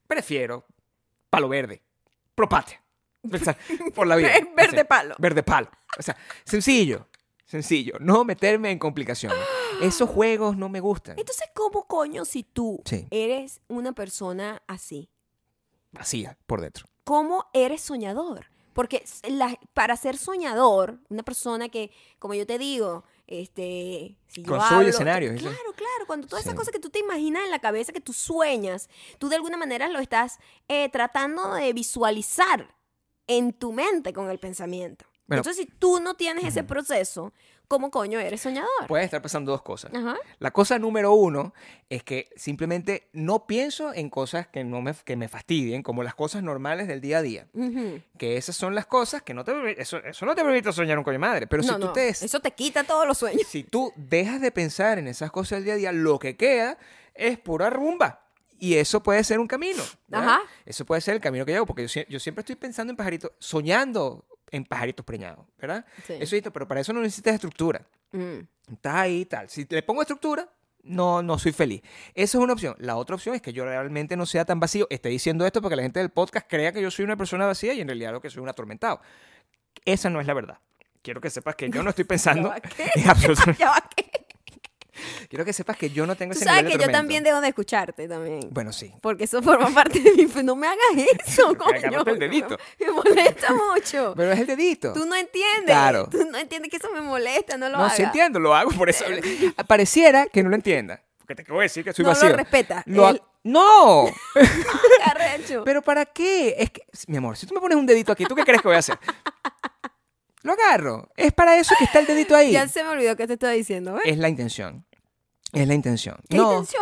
prefiero palo verde, pro patria. Pensar por la vida. Verde palo. Verde palo. O sea, sencillo. No meterme en complicaciones. Esos juegos no me gustan. Entonces, ¿cómo coño si tú Sí. eres una persona así? Vacía por dentro. ¿Cómo eres soñador? Porque para ser soñador, una persona que, como yo te digo, si yo Construye hablo, escenarios, ¿sí? Claro, cuando todas esas Sí. cosas que tú te imaginas en la cabeza, que tú sueñas, tú de alguna manera lo estás tratando de visualizar en tu mente con el pensamiento. Bueno, Entonces, si tú no tienes ese proceso, ¿cómo coño eres soñador? puede estar pasando dos cosas. Ajá. La cosa número uno es que simplemente no pienso en cosas que me fastidien, como las cosas normales del día a día. Ujú. Que esas son las cosas que no te eso no te permite soñar un coño madre. Pero No, si tú no, eso te quita todos los sueños. si tú dejas de pensar en esas cosas del día a día, lo que queda es pura rumba. Y eso puede ser un camino. ¿verdad? Ajá. Eso puede ser el camino que yo hago, porque yo siempre estoy pensando en pajaritos, soñando en pajaritos preñados, ¿verdad? Sí. Eso, pero para eso no necesitas estructura. Mm. Estás ahí y tal. Si le pongo estructura, no soy feliz. Esa es una opción. La otra opción es que yo realmente no sea tan vacío. Esté diciendo esto porque la gente del podcast crea que yo soy una persona vacía y en realidad lo que soy un atormentado. Esa no es la verdad. Quiero que sepas que yo no estoy pensando ¿Ya va qué? en absolutamente. ¿Ya va qué? Quiero que sepas que yo no tengo Tú ese sabes nivel que de yo tormento. también debo de escucharte también. Bueno, sí. Porque eso forma parte de mí. Pues no me hagas eso, coño. Agárrate el dedito. Me molesta mucho. Pero es el dedito. Tú no entiendes. Claro. Tú no entiendes que eso me molesta, no lo No, hagas. sí entiendo, lo hago por eso. Pareciera que no lo entienda. Porque te acabo de decir que soy No vacío. lo respeta. ¡No! Arrecho. ¿Pero para qué? Es que, mi amor, si tú me pones un dedito aquí, ¿tú qué crees que voy a hacer? Lo agarro. Es para eso que está el dedito ahí. Ya se me olvidó qué te estaba diciendo, ¿ves? Es la intención. Es la intención. ¿Qué No, intención?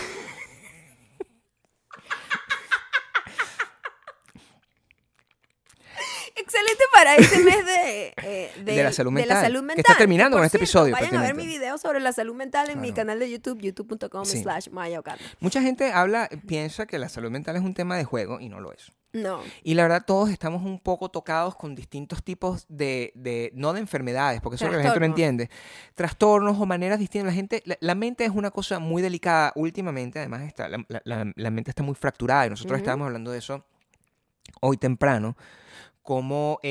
Excelente para este mes De la salud de mental, la salud que mental. está terminando Por con este cierto, episodio, Vayan a ver mi prácticamente. video sobre la salud mental en mi Claro. canal de YouTube, youtube.com/ Sí. Maya Ocando. mucha gente piensa que la salud mental es un tema de juego y no lo es. No. Y la verdad, todos estamos un poco tocados con distintos tipos no de enfermedades, porque eso es lo que la gente no Trastornos. entiende. Trastornos o maneras distintas. La mente es una cosa muy delicada últimamente, además la mente está muy fracturada y nosotros Ujú. estábamos hablando de eso hoy temprano, como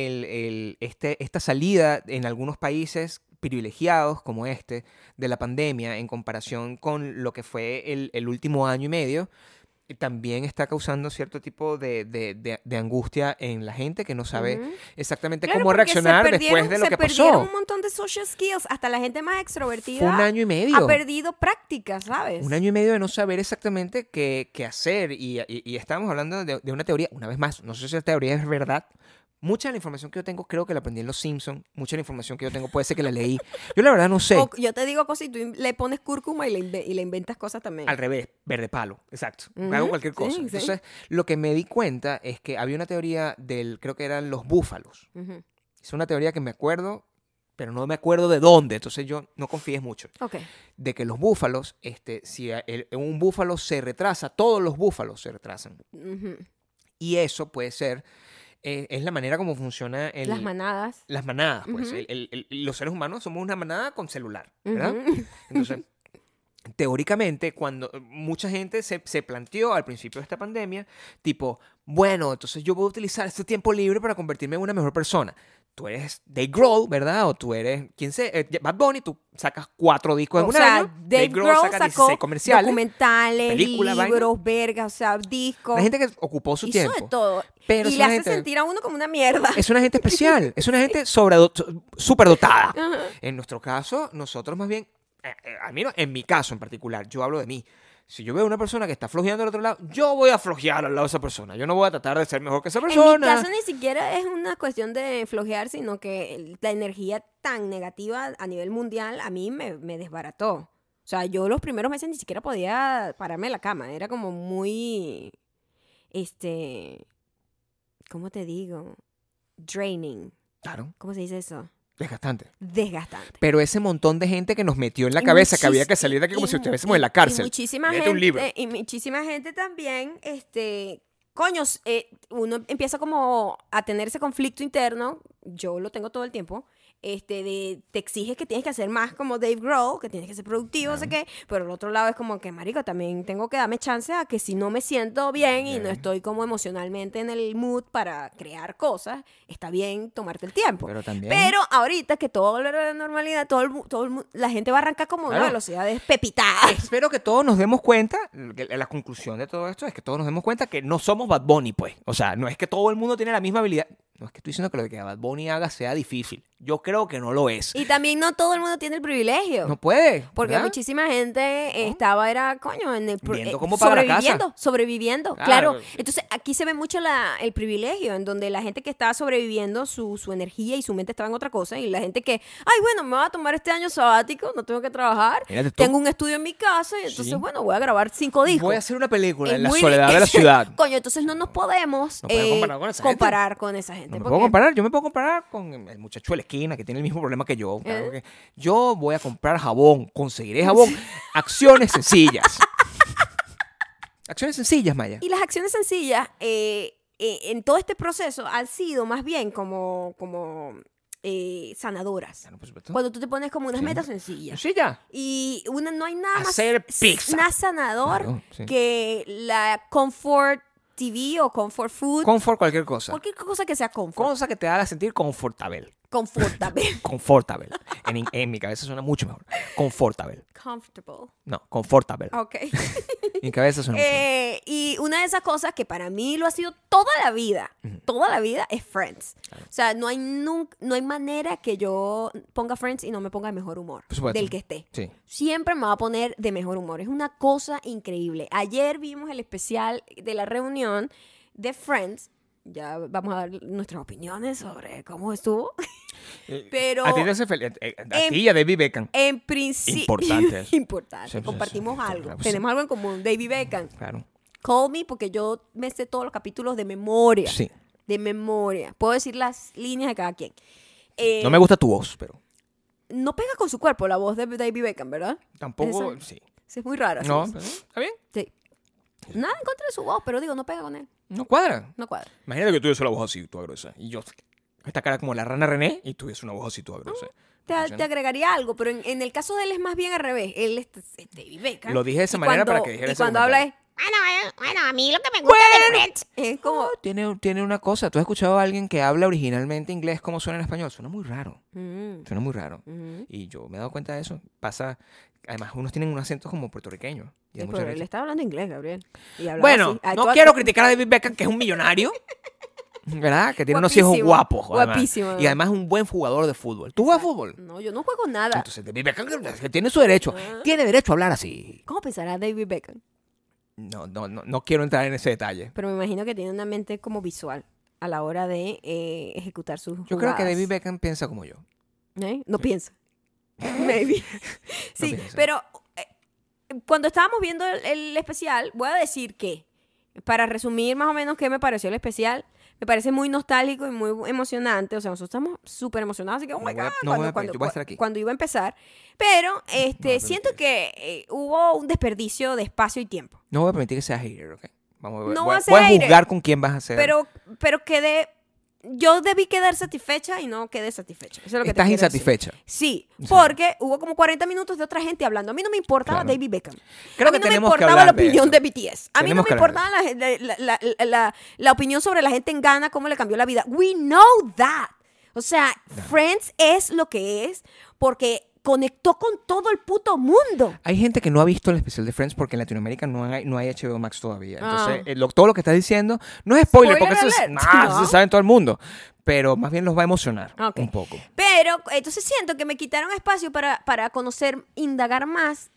esta salida en algunos países privilegiados como de la pandemia en comparación con lo que fue el último año y medio, también está causando cierto tipo de angustia en la gente que no sabe Ujú. exactamente Claro, cómo porque reaccionar después de lo que se perdieron pasó. un montón de social skills. Hasta la gente más extrovertida Fue un año y medio. ha perdido práctica, ¿sabes? Un año y medio de no saber exactamente qué hacer. Y estábamos hablando de una teoría, una vez más, no sé si esa teoría es verdad. Mucha de la información que yo tengo creo que la aprendí en Los Simpsons. Mucha de la información que yo tengo puede ser que la leí. Yo la verdad no sé. O yo te digo cosas y tú le pones cúrcuma y le inventas cosas también. Al revés, verde palo, exacto. Ujú, Hago cualquier cosa. sí, sí. Entonces, lo que me di cuenta es que había una teoría creo que eran los búfalos. Ujú. Es una teoría que me acuerdo, pero no me acuerdo de dónde. Entonces yo no confíes mucho. Ok. De que los búfalos, si un búfalo se retrasa, todos los búfalos se retrasan. Ujú. Y eso puede ser, es la manera como funciona Las manadas. las manadas. Pues. Ujú. Los seres humanos somos una manada con celular, ¿verdad? Ujú. Entonces, teóricamente, cuando mucha gente se planteó al principio de esta pandemia, tipo, bueno, entonces yo voy a utilizar este tiempo libre para convertirme en una mejor persona. Tú eres Dave Grohl, ¿verdad? O tú eres, quién sé, Bad Bunny, tú sacas 4 discos en O un sea, año. Dave Grohl saca sacó 16 comerciales. documentales, película, libros, vergas, o sea, discos. Una gente que ocupó su Hizo tiempo. de todo. Pero y es le una hace gente- sentir a uno como una mierda. Es una gente especial, es una gente superdotada. En nuestro caso, nosotros más bien, a mí no, en mi caso en particular, yo hablo de mí. Si yo veo una persona que está flojeando al otro lado, yo voy a flojear al lado de esa persona. Yo no voy a tratar de ser mejor que esa En mi persona. caso ni siquiera es una cuestión de flojear, sino que la energía tan negativa a nivel mundial a mí me desbarató. O sea, yo los primeros meses ni siquiera podía pararme de la cama. Era como muy, ¿cómo te digo? Draining. Claro, ¿Cómo se dice eso? desgastante. Desgastante. Pero ese montón de gente que nos metió en la Y cabeza que había muchis- que salir de aquí como y- si estuviésemos en la y cárcel. muchísima Léete gente, un libro. y muchísima gente también, uno empieza como a tener ese conflicto interno, yo lo tengo todo el tiempo, te exiges que tienes que hacer más como Dave Grohl, que tienes que ser productivo, no sé qué, pero el otro lado es como que, marico, también tengo que darme chance a que si no me siento bien y no estoy como emocionalmente en el mood para crear cosas, está bien tomarte el tiempo. Pero ahorita que todo lo de la normalidad, la gente va a arrancar como una velocidad despepitada. Espero que todos nos demos cuenta, que la conclusión de todo esto es que todos nos demos cuenta que no somos Bad Bunny, pues. O sea, no es que todo el mundo tiene la misma habilidad. No es que estoy diciendo que lo que Bad Bunny haga sea difícil. Yo creo que no lo es. Y también no todo el mundo tiene el privilegio. No puede. Porque ¿verdad? muchísima gente coño, en el viendo cómo paga la casa. Sobreviviendo, claro. Entonces, aquí se ve mucho el privilegio, en donde la gente que estaba sobreviviendo, su energía y su mente estaba en otra cosa, y la gente que, bueno, me voy a tomar este año sabático, no tengo que trabajar, tengo un estudio en mi casa, y entonces, bueno, voy a grabar 5 discos. Voy a hacer una película en la soledad de la ciudad. Coño, entonces no nos podemos comparar con esa gente. No me puedo comparar. Yo me puedo comparar con el muchacho de la esquina que tiene el mismo problema que yo. Claro que yo voy a comprar jabón, conseguiré jabón. Acciones sencillas. Acciones sencillas, Maya. Y las acciones sencillas, en todo este proceso, han sido más bien como sanadoras. Claro, por supuesto. Cuando tú te pones como unas metas sencillas. Sencilla. Y no hay nada Hacer pizza. más sanador que la comfort TV o comfort food. Comfort cualquier cosa. Cualquier cosa que sea comfort. Cosa que te haga sentir confortable. Confortable. Confortable. En mi cabeza suena mucho mejor. Confortable. Comfortable. No, confortable. Ok. En mi cabeza suena mucho mejor. Y una de esas cosas que para mí lo ha sido toda la vida, es Friends. Claro. O sea, no hay manera que yo ponga Friends y no me ponga de mejor humor del que esté. Sí. Siempre me va a poner de mejor humor. Es una cosa increíble. Ayer vimos el especial de la reunión de Friends. Ya vamos a dar nuestras opiniones sobre cómo estuvo. Pero a ti te hace feliz. A ti y a David Beckham. En principio. Importante. Importante. Sí, compartimos algo. Claro, tenemos algo en común. David Beckham. Claro. Call me, porque yo me sé todos los capítulos de memoria. Sí. De memoria. Puedo decir las líneas de cada quien. No me gusta tu voz, pero. No pega con su cuerpo la voz de David Beckham, ¿verdad? Tampoco, sí. Es muy rara. No, pero, ¿está bien? Sí. Nada en contra de su voz, pero digo, no pega con él. No cuadra. No cuadra. Imagínate que tuviese la voz así, toda gruesa. Y yo, esta cara como la rana René, y tuviese una voz así, toda gruesa. Te agregaría algo, pero en el caso de él es más bien al revés. Él es David Beckham. Lo dije de esa manera para que dijera ese cuando habla es, bueno, a mí lo que me gusta de Friends es como... Tiene una cosa. ¿Tú has escuchado a alguien que habla originalmente inglés como suena en español? Suena muy raro. Suena muy raro. Y yo me he dado cuenta de eso. Pasa... Además, unos tienen un acento como puertorriqueño. Sí, pero él está hablando inglés, Gabriel. Bueno, así. No quiero criticar a David Beckham, que es un millonario. ¿Verdad? Que tiene unos hijos guapos. Guapísimo. Y además es un buen jugador de fútbol. ¿Tú juegas fútbol? No, yo no juego nada. Entonces, David Beckham que tiene su derecho. Tiene derecho a hablar así. ¿Cómo pensará David Beckham? No quiero entrar en ese detalle. Pero me imagino que tiene una mente como visual a la hora de ejecutar sus jugadas. Yo creo que David Beckham piensa como yo. No piensa. Maybe. Sí, no pero cuando estábamos viendo el especial, voy a decir que, para resumir más o menos qué me pareció el especial, me parece muy nostálgico y muy emocionante. O sea, nosotros estamos súper emocionados, así que, cuando iba a empezar. Pero siento que hubo un desperdicio de espacio y tiempo. No voy a permitir que seas hater, ¿ok? Voy a juzgar con quién vas a hacer. Pero yo debí quedar satisfecha y no quedé satisfecha. Eso es lo que ¿Estás insatisfecha? Sí, porque hubo como 40 minutos de otra gente hablando. A mí no me importaba David Beckham. Creo a mí no me importaba la opinión de BTS. A mí no me importaba la opinión sobre la gente en Ghana, cómo le cambió la vida. We know that. O sea, Friends es lo que es porque conectó con todo el puto mundo. Hay gente que no ha visto el especial de Friends porque en Latinoamérica no hay HBO Max todavía. Entonces, todo lo que estás diciendo no es spoiler porque eso se sabe en todo el mundo. Pero más bien los va a emocionar un poco. Pero, entonces siento que me quitaron espacio para conocer, indagar más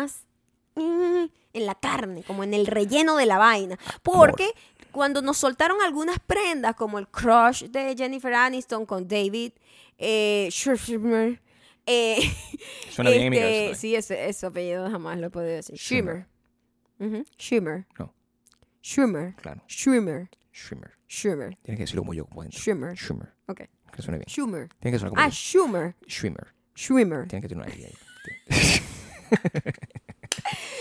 en la carne, como en el relleno de la vaina. Porque cuando nos soltaron algunas prendas, como el crush de Jennifer Aniston con David Schwimmer, suena bien en mi cabeza. Sí, ese apellido jamás lo he podido decir. Schwimmer. Schwimmer. No. Schwimmer. Claro. Schwimmer. Tienes que decirlo como yo. Schwimmer. Ok. Que suene bien. Schumer. Tiene que sonar como yo. Schumer. Schwimmer. Tiene que tener una idea ahí.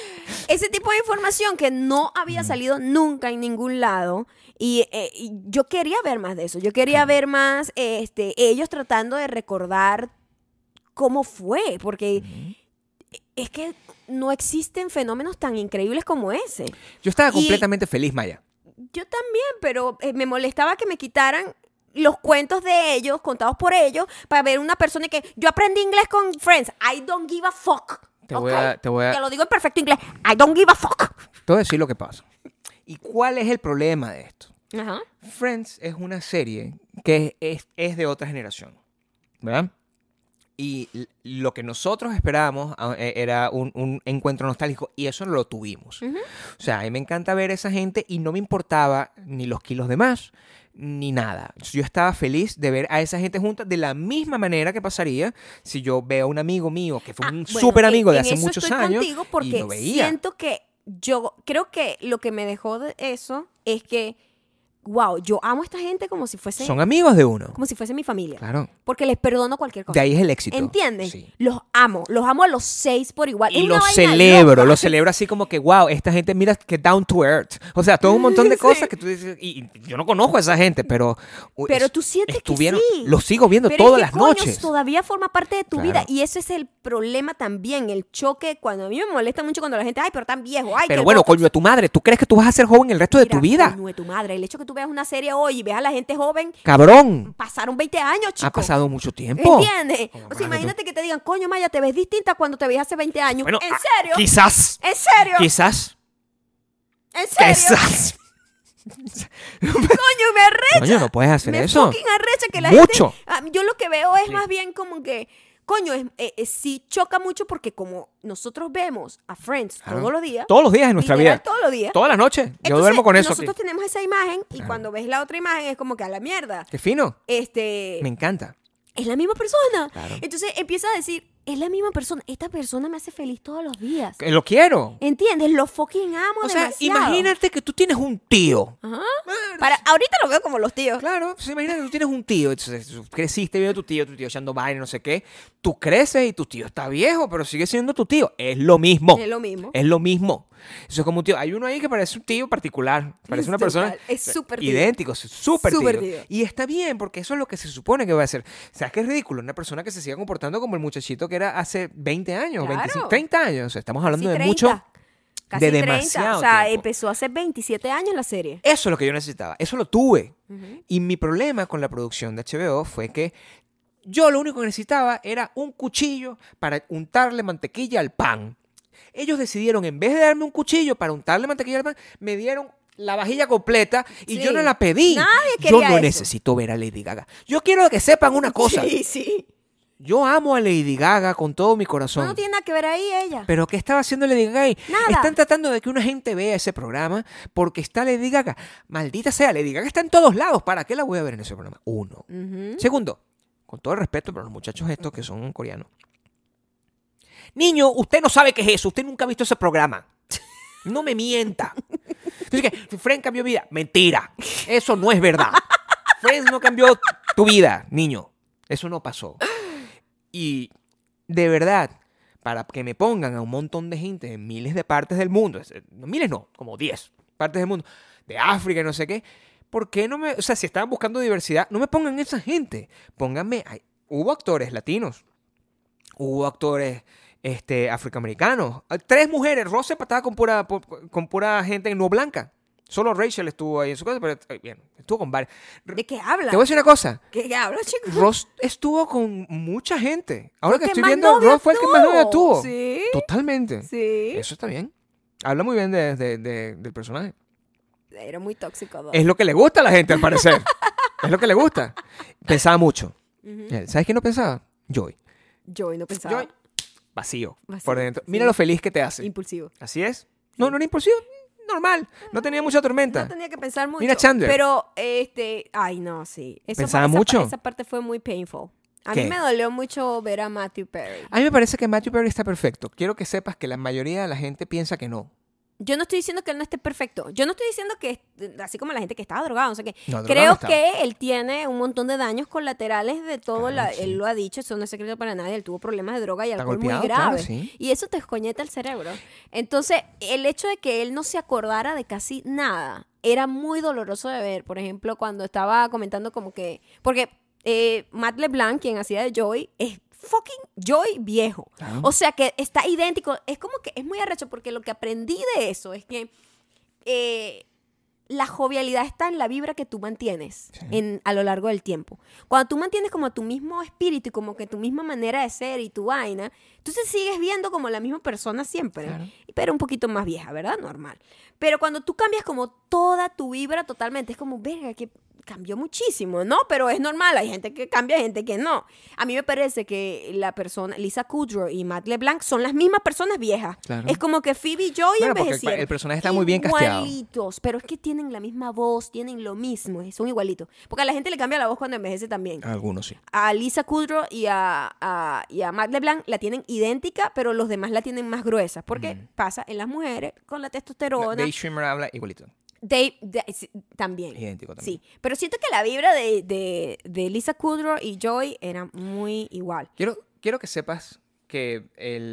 ese tipo de información que no había salido nunca en ningún lado. Y yo quería ver más de eso. Yo quería ver más ellos tratando de recordar cómo fue. Porque es que no existen fenómenos tan increíbles como ese. Yo estaba completamente feliz, Maya. Yo también, pero me molestaba que me quitaran los cuentos de ellos, contados por ellos, para ver una persona que yo aprendí inglés con Friends. I don't give a fuck. Te voy a... Te lo digo en perfecto inglés. I don't give a fuck. Te voy a decir lo que pasa. ¿Y cuál es el problema de esto? Ajá. Friends es una serie que es de otra generación, ¿verdad? Y lo que nosotros esperábamos era un encuentro nostálgico y eso no lo tuvimos. O sea, a mí me encanta ver a esa gente y no me importaba ni los kilos de más, ni nada. Yo estaba feliz de ver a esa gente junta de la misma manera que pasaría si yo veo a un amigo mío que fue un súper amigo de hace muchos años contigo porque y lo veía. siento que yo creo que lo que me dejó de eso es que wow, yo amo a esta gente como si fuese Son amigos de uno. como si fuese mi familia. Claro. Porque les perdono cualquier cosa. De ahí es el éxito. ¿Entiendes? Sí. Los amo a los 6 por igual. Y Es una lo vaina celebro, loca. lo celebro así como que, wow, esta gente, mira, que down to earth. O sea, todo un montón de cosas que tú dices, y yo no conozco a esa gente, pero... Pero tú sientes estuvieron, que sí. Lo sigo viendo Pero todas es que, las coño, noches. todavía forma parte de tu Claro. vida. Y ese es el problema también, el choque. Cuando a mí me molesta mucho cuando la gente, ay, pero tan viejo. Ay, Pero que bueno, loco". coño de tu madre, ¿tú crees que tú vas a ser joven el resto de tu Mira, vida? coño de tu madre. El hecho que tú veas una serie hoy y veas a la gente joven, Cabrón, pasaron 20 años, chico. ha pasado mucho tiempo. ¿Entiendes? Como, O mano, sea, imagínate que te digan, coño, Maya, te ves distinta cuando te veías hace 20 años. Bueno, ¿En serio? Quizás, ¿En serio? quizás, ¿En serio? quizás. Coño, me arrecha. Coño, no puedes hacer me eso. fucking arrecha que la Mucho. gente... Yo lo que veo es Sí. más bien como que... Coño, sí choca mucho porque como nosotros vemos a Friends Claro. todos los días... Todos los días de nuestra literal, vida. todos los días. Todas las noches. Yo Entonces, duermo con eso. nosotros Aquí. tenemos esa imagen y Claro. cuando ves la otra imagen es como que a la mierda. Qué fino. Me Me encanta. es la misma persona. Claro. Entonces empieza a decir, es la misma persona. Esta persona me hace feliz todos los días. Lo quiero. ¿Entiendes? Lo fucking amo O sea, demasiado. imagínate que tú tienes un tío. Ajá. Ahorita lo veo como los tíos. Claro, pues imagínate que tú tienes un tío, entonces tú creciste viendo a tu tío echando vaina, no sé qué. Tú creces y tu tío está viejo, pero sigue siendo tu tío. Es lo mismo. Es lo mismo. Es lo mismo. Eso es como un tío. Hay uno ahí que parece un tío particular. Parece una persona Es súper tío. idéntico, súper Súper tío. tío. Y está bien, porque eso es lo que se supone que va a ser. ¿Sabes qué es ridículo? Una persona que se siga comportando como el muchachito que era hace 20 años, Claro. 25, 30 años. O sea, estamos hablando Casi de 30. mucho. Casi de 30. demasiado O sea, tiempo. empezó hace 27 años la serie. Eso es lo que yo necesitaba. Eso lo tuve. Ujú. Y mi problema con la producción de HBO fue que yo lo único que necesitaba era un cuchillo para untarle mantequilla al pan. Ellos decidieron, en vez de darme un cuchillo para untarle mantequilla al pan, me dieron la vajilla completa y Sí. yo no la pedí. Nadie Yo quería no eso. necesito ver a Lady Gaga. Yo quiero que sepan una cosa. Sí, sí. Yo amo a Lady Gaga con todo mi corazón. No tiene nada que ver ahí ella. ¿Pero qué estaba haciendo Lady Gaga ahí? Nada. Están tratando de que una gente vea ese programa porque está Lady Gaga. Maldita sea, Lady Gaga está en todos lados. ¿Para qué la voy a ver en ese programa? Uno. Ujú. Segundo, con todo el respeto para los muchachos estos que son coreanos. Niño, usted no sabe qué es eso. Usted nunca ha visto ese programa. No me mienta. Entonces, que Friends cambió vida. Mentira. Eso no es verdad. Friends no cambió tu vida, niño. Eso no pasó. Y de verdad, para que me pongan a un montón de gente en miles de partes del mundo, miles no, como 10 partes del mundo, de África y no sé qué, ¿por qué no me, o sea, si estaban buscando diversidad, no me pongan esa gente? Pónganme, hubo actores latinos, hubo actores afroamericanos, 3 mujeres, Ross se pataba con pura gente no blanca. Solo Rachel estuvo ahí en su casa, pero bien, estuvo con varios. ¿De qué habla? Te voy a decir una cosa. ¿Qué habla, chico? Ross estuvo con mucha gente. Ahora Fue que el estoy más viendo, novio Ross fue el que más novia tuvo. Sí. Totalmente. Sí. Eso está bien. Habla muy bien del personaje. Era muy tóxico. ¿no? Es lo que le gusta a la gente, al parecer. Es lo que le gusta. Pensaba mucho. Ujú. ¿Sabes quién no pensaba? Joy. Yo no pensaba. Joy. Vacío. Vacío, Por dentro. sí. Mira lo feliz que te hace. Impulsivo. Así es. No era impulsivo. Normal. No tenía mucha tormenta. No tenía que pensar mucho. Mira Chandler. Pero, ay, no, sí. Pensaba mucho. Esa parte fue muy painful. A ¿Qué? mí me dolió mucho ver a Matthew Perry. A mí me parece que Matthew Perry está perfecto. Quiero que sepas que la mayoría de la gente piensa que no. Yo no estoy diciendo que él no esté perfecto. Yo no estoy diciendo que, así como la gente que estaba drogada, no sé qué. No, drogado Creo no estaba. que él tiene un montón de daños colaterales de todo. Claro, sí. Él lo ha dicho, eso no es secreto para nadie. Él tuvo problemas de droga y Está alcohol muy golpeado, claro, graves. sí. Y eso te escoñeta el cerebro. Entonces, el hecho de que él no se acordara de casi nada era muy doloroso de ver. Por ejemplo, cuando estaba comentando como que... Porque Matt LeBlanc, quien hacía de Joey, es fucking Joey viejo. Claro. O sea que está idéntico. Es como que es muy arrecho porque lo que aprendí de eso es que la jovialidad está en la vibra que tú mantienes a lo largo del tiempo. Cuando tú mantienes como tu mismo espíritu y como que tu misma manera de ser y tu vaina, tú te sigues viendo como la misma persona siempre, Claro. pero un poquito más vieja, ¿verdad? Normal. Pero cuando tú cambias como toda tu vibra totalmente, es como, verga, que cambió muchísimo, ¿no? Pero es normal, hay gente que cambia, hay gente que no. A mí me parece que la persona, Lisa Kudrow y Matt LeBlanc son las mismas personas viejas. Claro. Es como que Phoebe y Joey Bueno, porque envejecieron. el personaje está muy bien casteado. Igualitos, pero es que tienen la misma voz, tienen lo mismo, son igualitos. Porque a la gente le cambia la voz cuando envejece también. Algunos sí. A Lisa Kudrow y a Matt LeBlanc la tienen idéntica, pero los demás la tienen más gruesa. Porque pasa en las mujeres con la testosterona. Dave Schwimmer habla igualito. Sí, también. Idéntico también. Sí, pero siento que la vibra de Lisa Kudrow y Joy era muy igual. Quiero que sepas que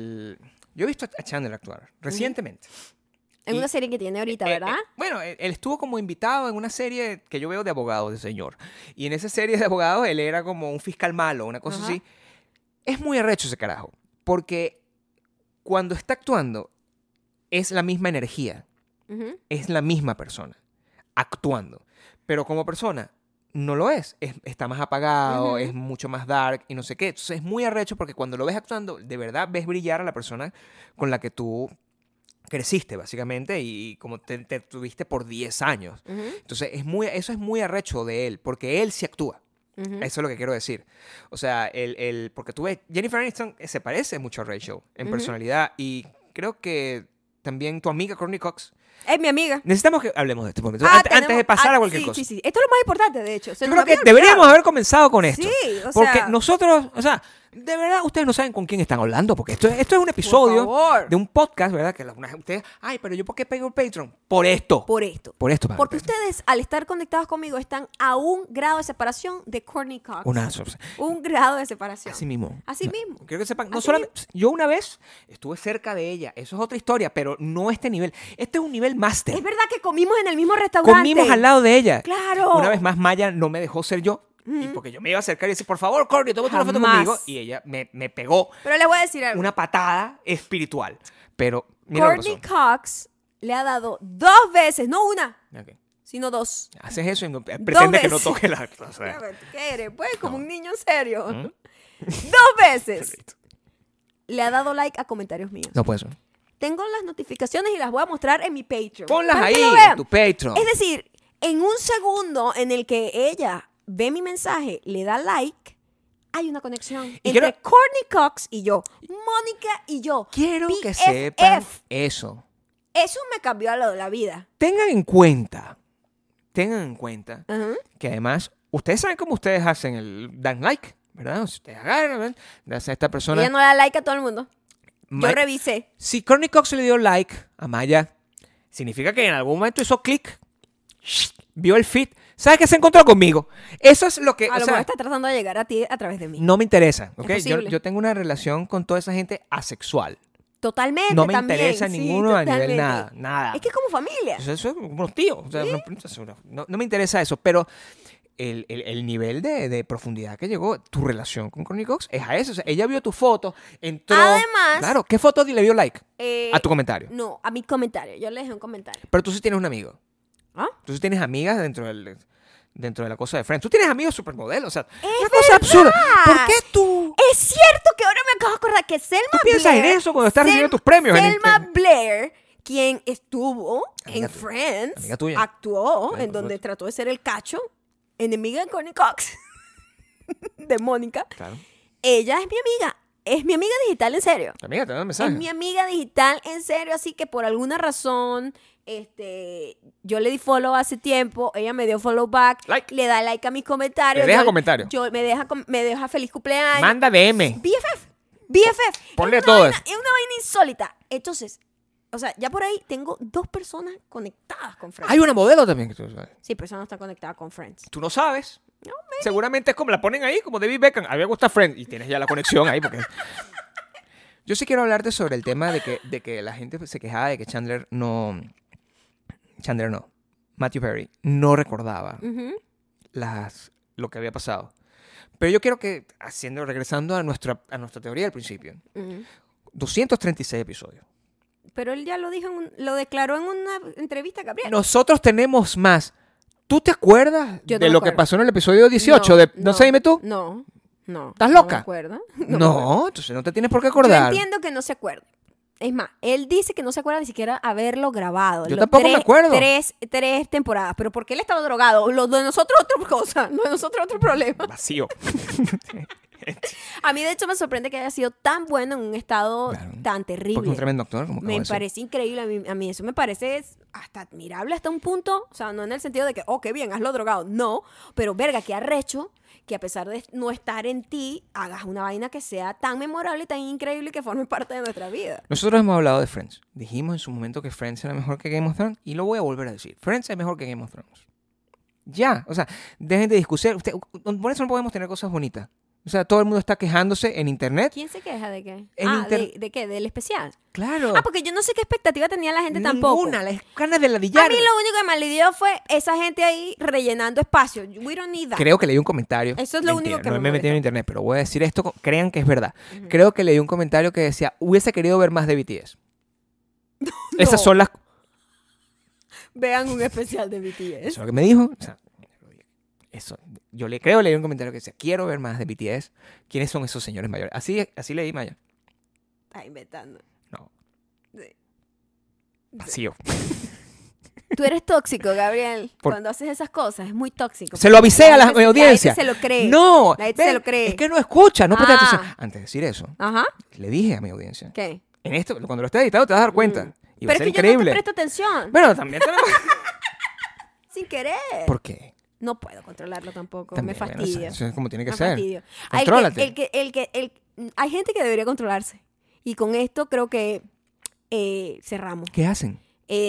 yo he visto a Chandler actuar recientemente. En una serie que tiene ahorita, ¿verdad? Bueno, él estuvo como invitado en una serie que yo veo de abogados, de señor. Y en esa serie de abogados él era como un fiscal malo, una cosa así. Es muy arrecho ese carajo. Porque cuando está actuando es la misma energía. Es la misma persona actuando. Pero como persona no lo es. Está más apagado, es mucho más dark y no sé qué. Entonces es muy arrecho porque cuando lo ves actuando, de verdad ves brillar a la persona con la que tú creciste, básicamente, y como te tuviste por 10 años. Entonces eso es muy arrecho de él, porque él sí actúa. Eso es lo que quiero decir. O sea, porque tú ves, Jennifer Aniston se parece mucho a Rachel en personalidad, y creo que también tu amiga Courtney Cox. Es mi amiga. Necesitamos que hablemos de este momento. Antes de pasar a cualquier cosa. Sí. Esto es lo más importante, de hecho. Yo creo que deberíamos haber comenzado con esto. Sí, o porque sea, nosotros, o sea, de verdad, ustedes no saben con quién están hablando, porque esto es un episodio favor. de un podcast, ¿verdad? Que ustedes, ay, pero yo ¿por qué pego el Patreon? Por esto. Por esto. Padre. Porque ustedes, al estar conectados conmigo, están a un grado de separación de Courtney Cox. Un grado de separación. Así mismo. Así mismo. Quiero que sepan, no Así solamente, yo una vez estuve cerca de ella, eso es otra historia, pero no este nivel. Este es un nivel máster. Es verdad que comimos en el mismo restaurante. Comimos al lado de ella. Claro. Una vez más, Maya no me dejó ser yo. Y porque yo me iba a acercar y decir, por favor, Courtney, tómate una foto Jamás. conmigo. Y ella me pegó Pero les voy a decir algo. una patada espiritual. Pero, mira lo que Courtney Cox le ha dado 2 veces, no una, pasó. Ok. sino 2. Haces eso y pretendes que no veces. toque la... O sea, ¿Qué eres? Pues como un niño serio. ¿Mm? 2 veces le ha dado like a comentarios míos. no puede ser. Tengo las notificaciones y las voy a mostrar en mi Patreon. Ponlas para que ahí, lo vean. en tu Patreon. Es decir, en un segundo en el que ella ve mi mensaje, le da like, hay una conexión entre Courtney Cox y yo, Mónica y yo. Quiero que BFF. sepan eso. Eso me cambió la vida. Tengan en cuenta Ajá. que además, ustedes saben cómo ustedes hacen dan like, ¿verdad? Si ustedes agarran, hacen a esta persona... Ella no le da like a todo el mundo. Yo Ma- revisé. Si Courtney Cox le dio like a Maya, significa que en algún momento hizo clic, vio el feed, ¿sabe qué se encontró conmigo? Eso es lo que... A lo mejor está tratando de llegar a ti a través de mí. no me interesa, ¿ok? posible. Yo tengo una relación con toda esa gente asexual. Totalmente. No me también, interesa sí, ninguno a nivel totalmente. nada. Es que es como familia. Eso es como unos tíos. O sea, no me interesa eso, pero el nivel de profundidad que llegó tu relación con Courtney Cox es a eso. O sea, ella vio tu foto, entró... Además... Claro, ¿qué foto le dio like? A tu comentario. No, a mi comentario. Yo le dejé un comentario. Pero tú sí tienes un amigo. ¿Ah? Tú sí tienes amigas dentro de la cosa de Friends. Tú tienes amigos supermodelos. O sea, ¡Es una cosa absurda. ¿Por qué tú Es cierto que ahora me acabo de acordar que Selma ¿Tú piensas Blair... en eso cuando estás recibiendo tus premios? Selma Blair, quien estuvo Amiga en tuya. Friends, Amiga tuya. actuó Claro, en por donde supuesto. trató de ser el cacho, enemiga de Courtney Cox, de Mónica. Claro. Ella es mi amiga. Es mi amiga digital, en serio. Tu amiga te da un mensaje. Es mi amiga digital, en serio. Así que por alguna razón, yo le di follow hace tiempo. Ella me dio follow back. Like. Le da like a mis comentarios. Te deja Yo- comentarios. me deja feliz cumpleaños. Manda DM. BFF. Ponle Es una todo vaina- eso. Es una vaina insólita. Entonces, O sea, ya por ahí tengo 2 personas conectadas con Friends. Hay una modelo también que tú sabes. Sí, pero esa no está conectada con Friends. Tú no sabes. No, Seguramente es como la ponen ahí, como David Beckham. A mí me gusta Friends. Y tienes ya la conexión ahí porque... Yo sí quiero hablarte sobre el tema de que la gente se quejaba de que Chandler no... Matthew Perry no recordaba lo que había pasado. Pero yo quiero que, regresando a nuestra teoría del principio, 236 episodios. Pero él ya lo dijo, lo declaró en una entrevista, Gabriel. Nosotros tenemos más. ¿Tú te acuerdas Yo no de me lo que acuerdo. pasó en el episodio 18? No sé, dime tú. No. ¿Estás No loca? me acuerdo. No, entonces no te tienes por qué Yo acordar. entiendo que no se acuerda. Es más, él dice que no se acuerda ni siquiera haberlo grabado. Yo tampoco me acuerdo. Tres temporadas. Pero porque él estaba drogado. Lo de nosotros otra cosa. Lo de nosotros otro problema. Vacío. A mí, de hecho, me sorprende que haya sido tan bueno en un estado tan terrible. Porque es un tremendo actor, como acabo de Me decir. parece increíble. A mí eso me parece hasta admirable hasta un punto. O sea, no en el sentido de que, oh, qué bien, hazlo drogado. No, pero verga, qué arrecho que a pesar de no estar en ti, hagas una vaina que sea tan memorable y tan increíble que forme parte de nuestra vida. Nosotros hemos hablado de Friends. Dijimos en su momento que Friends era mejor que Game of Thrones y lo voy a volver a decir. Friends es mejor que Game of Thrones. Ya, o sea, dejen de discutir. Por eso no podemos tener cosas bonitas. O sea, todo el mundo está quejándose en internet. ¿Quién se queja de qué? En ¿De qué? ¿Del especial? Claro. Porque yo no sé qué expectativa tenía la gente tampoco. Ninguna, las ganas de ladillar. A mí lo único que me alivió fue esa gente ahí rellenando espacio. We don't need that. Creo que leí un comentario. Eso es lo único que no me me metí molesta. en internet, pero voy a decir esto, crean que es verdad. Creo que leí un comentario que decía, hubiese querido ver más de BTS. Esas son las... Vean un especial de BTS. Eso es lo que me dijo. O sea, eso. Yo leí un comentario que decía, quiero ver más de BTS. ¿Quiénes son esos señores mayores? Así leí, Maya. Está inventando. No. Sí. Vacío. Tú eres tóxico, Gabriel. Por- Cuando haces esas cosas, es muy tóxico. Se lo avisé a la gente- audiencia. La gente se lo cree. No. La gente se lo cree. Es que no escucha, no presta Ah. atención. Antes de decir eso, Ajá. le dije a mi audiencia. ¿Qué? En esto, cuando lo esté editado, te vas a dar cuenta. Y va Pero a es ser que increíble. yo no te presto atención. Bueno, también tenemos... Sin querer. ¿Por qué? No puedo controlarlo tampoco. También, me bueno, fastidia. eso es como tiene que Me ser. fastidio. Contrólate. Hay gente que debería controlarse. Y con esto creo que cerramos. ¿Qué hacen?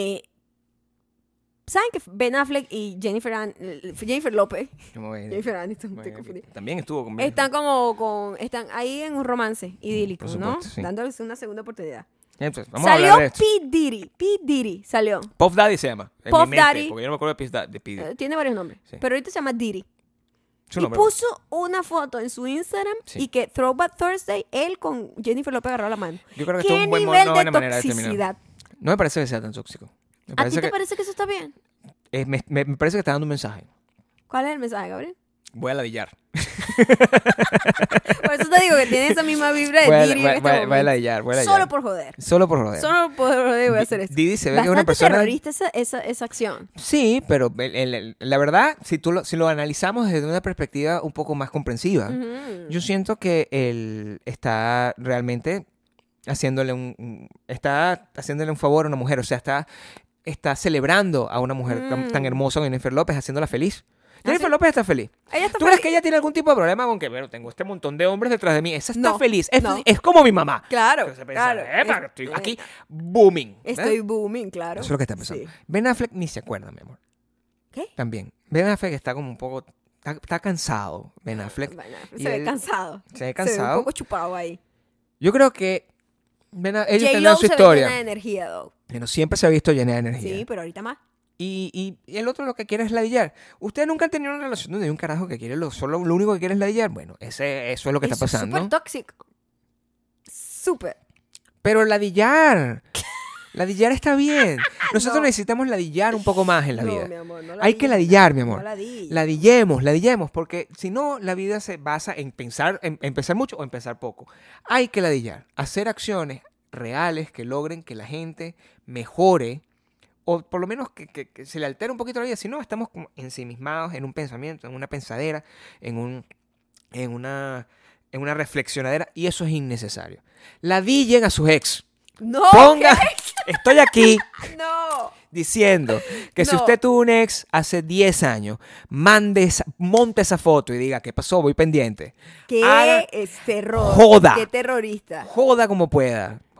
¿Saben que Ben Affleck y Jennifer López, Yo me voy a ir. Jennifer Aniston, Me te voy a ir. confundí, También estuvo con están ahí en un romance idílico, Por ¿no? supuesto, sí. Dándoles una segunda oportunidad. Entonces, vamos a Salió hablar de esto. Pete Diddy salió. Puff Daddy se llama. En Puff mi mente, Daddy. Porque yo no me acuerdo de P. Diddy. Tiene varios nombres, Sí. pero ahorita se llama Diddy. Su Y nombre. puso una foto en su Instagram Sí. y que Throwback Thursday, él con Jennifer López agarró la mano. Yo creo que esto es ¿Qué un buen nivel una de buena manera de terminar. toxicidad? No me parece que sea tan tóxico. Me ¿A ti parece, te que, parece que eso está bien? me parece que está dando un mensaje. ¿Cuál es el mensaje, Gabriel? Voy a ladillar. Por eso te digo que tiene esa misma vibra de Diddy en este Voy a momento. ladillar. Solo por joder. Solo por joder. Solo por joder voy a hacer eso. Diddy se ve que es una Bastante persona... terrorista esa acción. Sí, pero la verdad, si lo analizamos desde una perspectiva un poco más comprensiva, Ujú. yo siento que él está realmente haciéndole está haciéndole un favor a una mujer. O sea, está celebrando a una mujer tan hermosa como Jennifer López, haciéndola feliz. Jennifer López está feliz. Ella está ¿Tú crees feliz. que ella tiene algún tipo de problema con que, bueno, tengo este montón de hombres detrás de mí? Esa está No, feliz. no. Es como mi mamá. Claro, Entonces piensa, claro. "Epa, estoy aquí booming". Estoy booming, claro. Eso es lo que está pensando. Sí. Ben Affleck ni se acuerda, mi amor. ¿Qué? También. Ben Affleck está como un poco... Está cansado, Ben Affleck. Bueno, Y se ve él- cansado. Se ve Se ve un cansado. poco chupado ahí. Yo creo que ellos J-Lo tendrán su se ve historia. llena de energía, though. Bueno, siempre se ha visto llena de energía. Sí, pero ahorita más. Y el otro lo que quiere es ladillar. ¿Ustedes nunca han tenido una relación donde hay un carajo que quiere solo lo único que quiere es ladillar? Bueno, eso es lo que está Eso es pasando. súper tóxico. Súper. Pero ladillar está bien. Nosotros No. necesitamos ladillar un poco más en la No, vida. mi amor, no Hay que ladilles, ladillar, mi amor. No ladilles. Ladillemos, porque si no, la vida se basa en pensar mucho o en pensar poco. Hay que ladillar, hacer acciones reales que logren que la gente mejore, o por lo menos que se le altere un poquito la vida. Si no, estamos como ensimismados en un pensamiento, en una pensadera, en una reflexionadera, y eso es innecesario. Ladillen a sus ex. No, Estoy aquí no. diciendo que si No. usted tuvo un ex hace 10 años, monte esa foto y diga, ¿qué pasó? Voy pendiente. ¿Qué Haga- es terror? Joda. ¿Qué terrorista? Joda como pueda.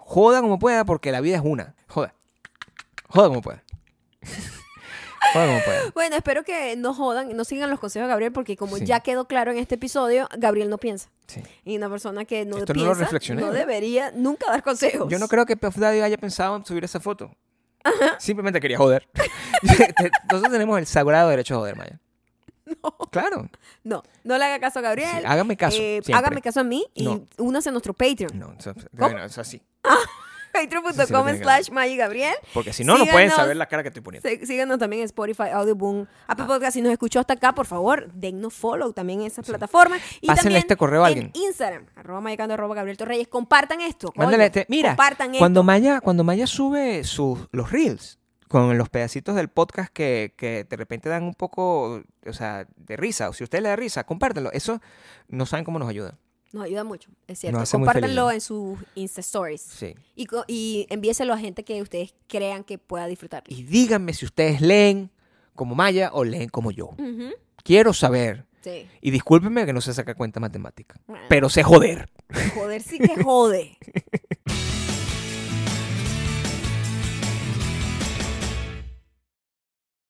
joda como pueda porque la vida es una. Joda. Joda como pueda. Joda como pueda. Bueno, espero que no jodan, no sigan los consejos de Gabriel, porque como Sí. ya quedó claro en este episodio, Gabriel no piensa. Sí. Y una persona que no Esto no lo piensa reflexioné, no ¿no? debería nunca dar consejos. Yo no creo que Puff Daddy haya pensado en subir esa foto. Simplemente quería joder. Nosotros tenemos el sagrado derecho a joder, Maya. No. Claro. No le haga caso a Gabriel. Sí, hágame caso. Siempre. Hágame caso a mí y No. únase a nuestro Patreon. No, ¿Cómo? no, es así. Sí, sí lo tiene que Patreon.com/MayiGabriel. Porque si no, no Síganos. pueden saber la cara que estoy poniendo. Síganos también en Spotify, Audioboom, Apple Podcast. Si nos escuchó hasta acá, por favor, dennos follow también en esas plataformas. Y Pásenle también este correo a en alguien. Instagram, @mayacando, @Gabriel Torreyes. Compartan esto. coño. Mándale mira, Compartan cuando esto. Maya sube los reels con los pedacitos del podcast que de repente dan un poco, o sea, de risa, o si a usted le da risa, compártanlo. Eso no saben cómo nos ayuda. Nos ayuda mucho, es cierto. Nos hace muy Compártanlo felices. en sus Insta Stories. Sí. Y envíeselo a gente que ustedes crean que pueda disfrutar. Y díganme si ustedes leen como Maya o leen como yo. Ujú, Quiero saber. sí. Y discúlpenme que no sé sacar cuenta matemática. Bueno. Pero sé joder. Joder, sí que jode.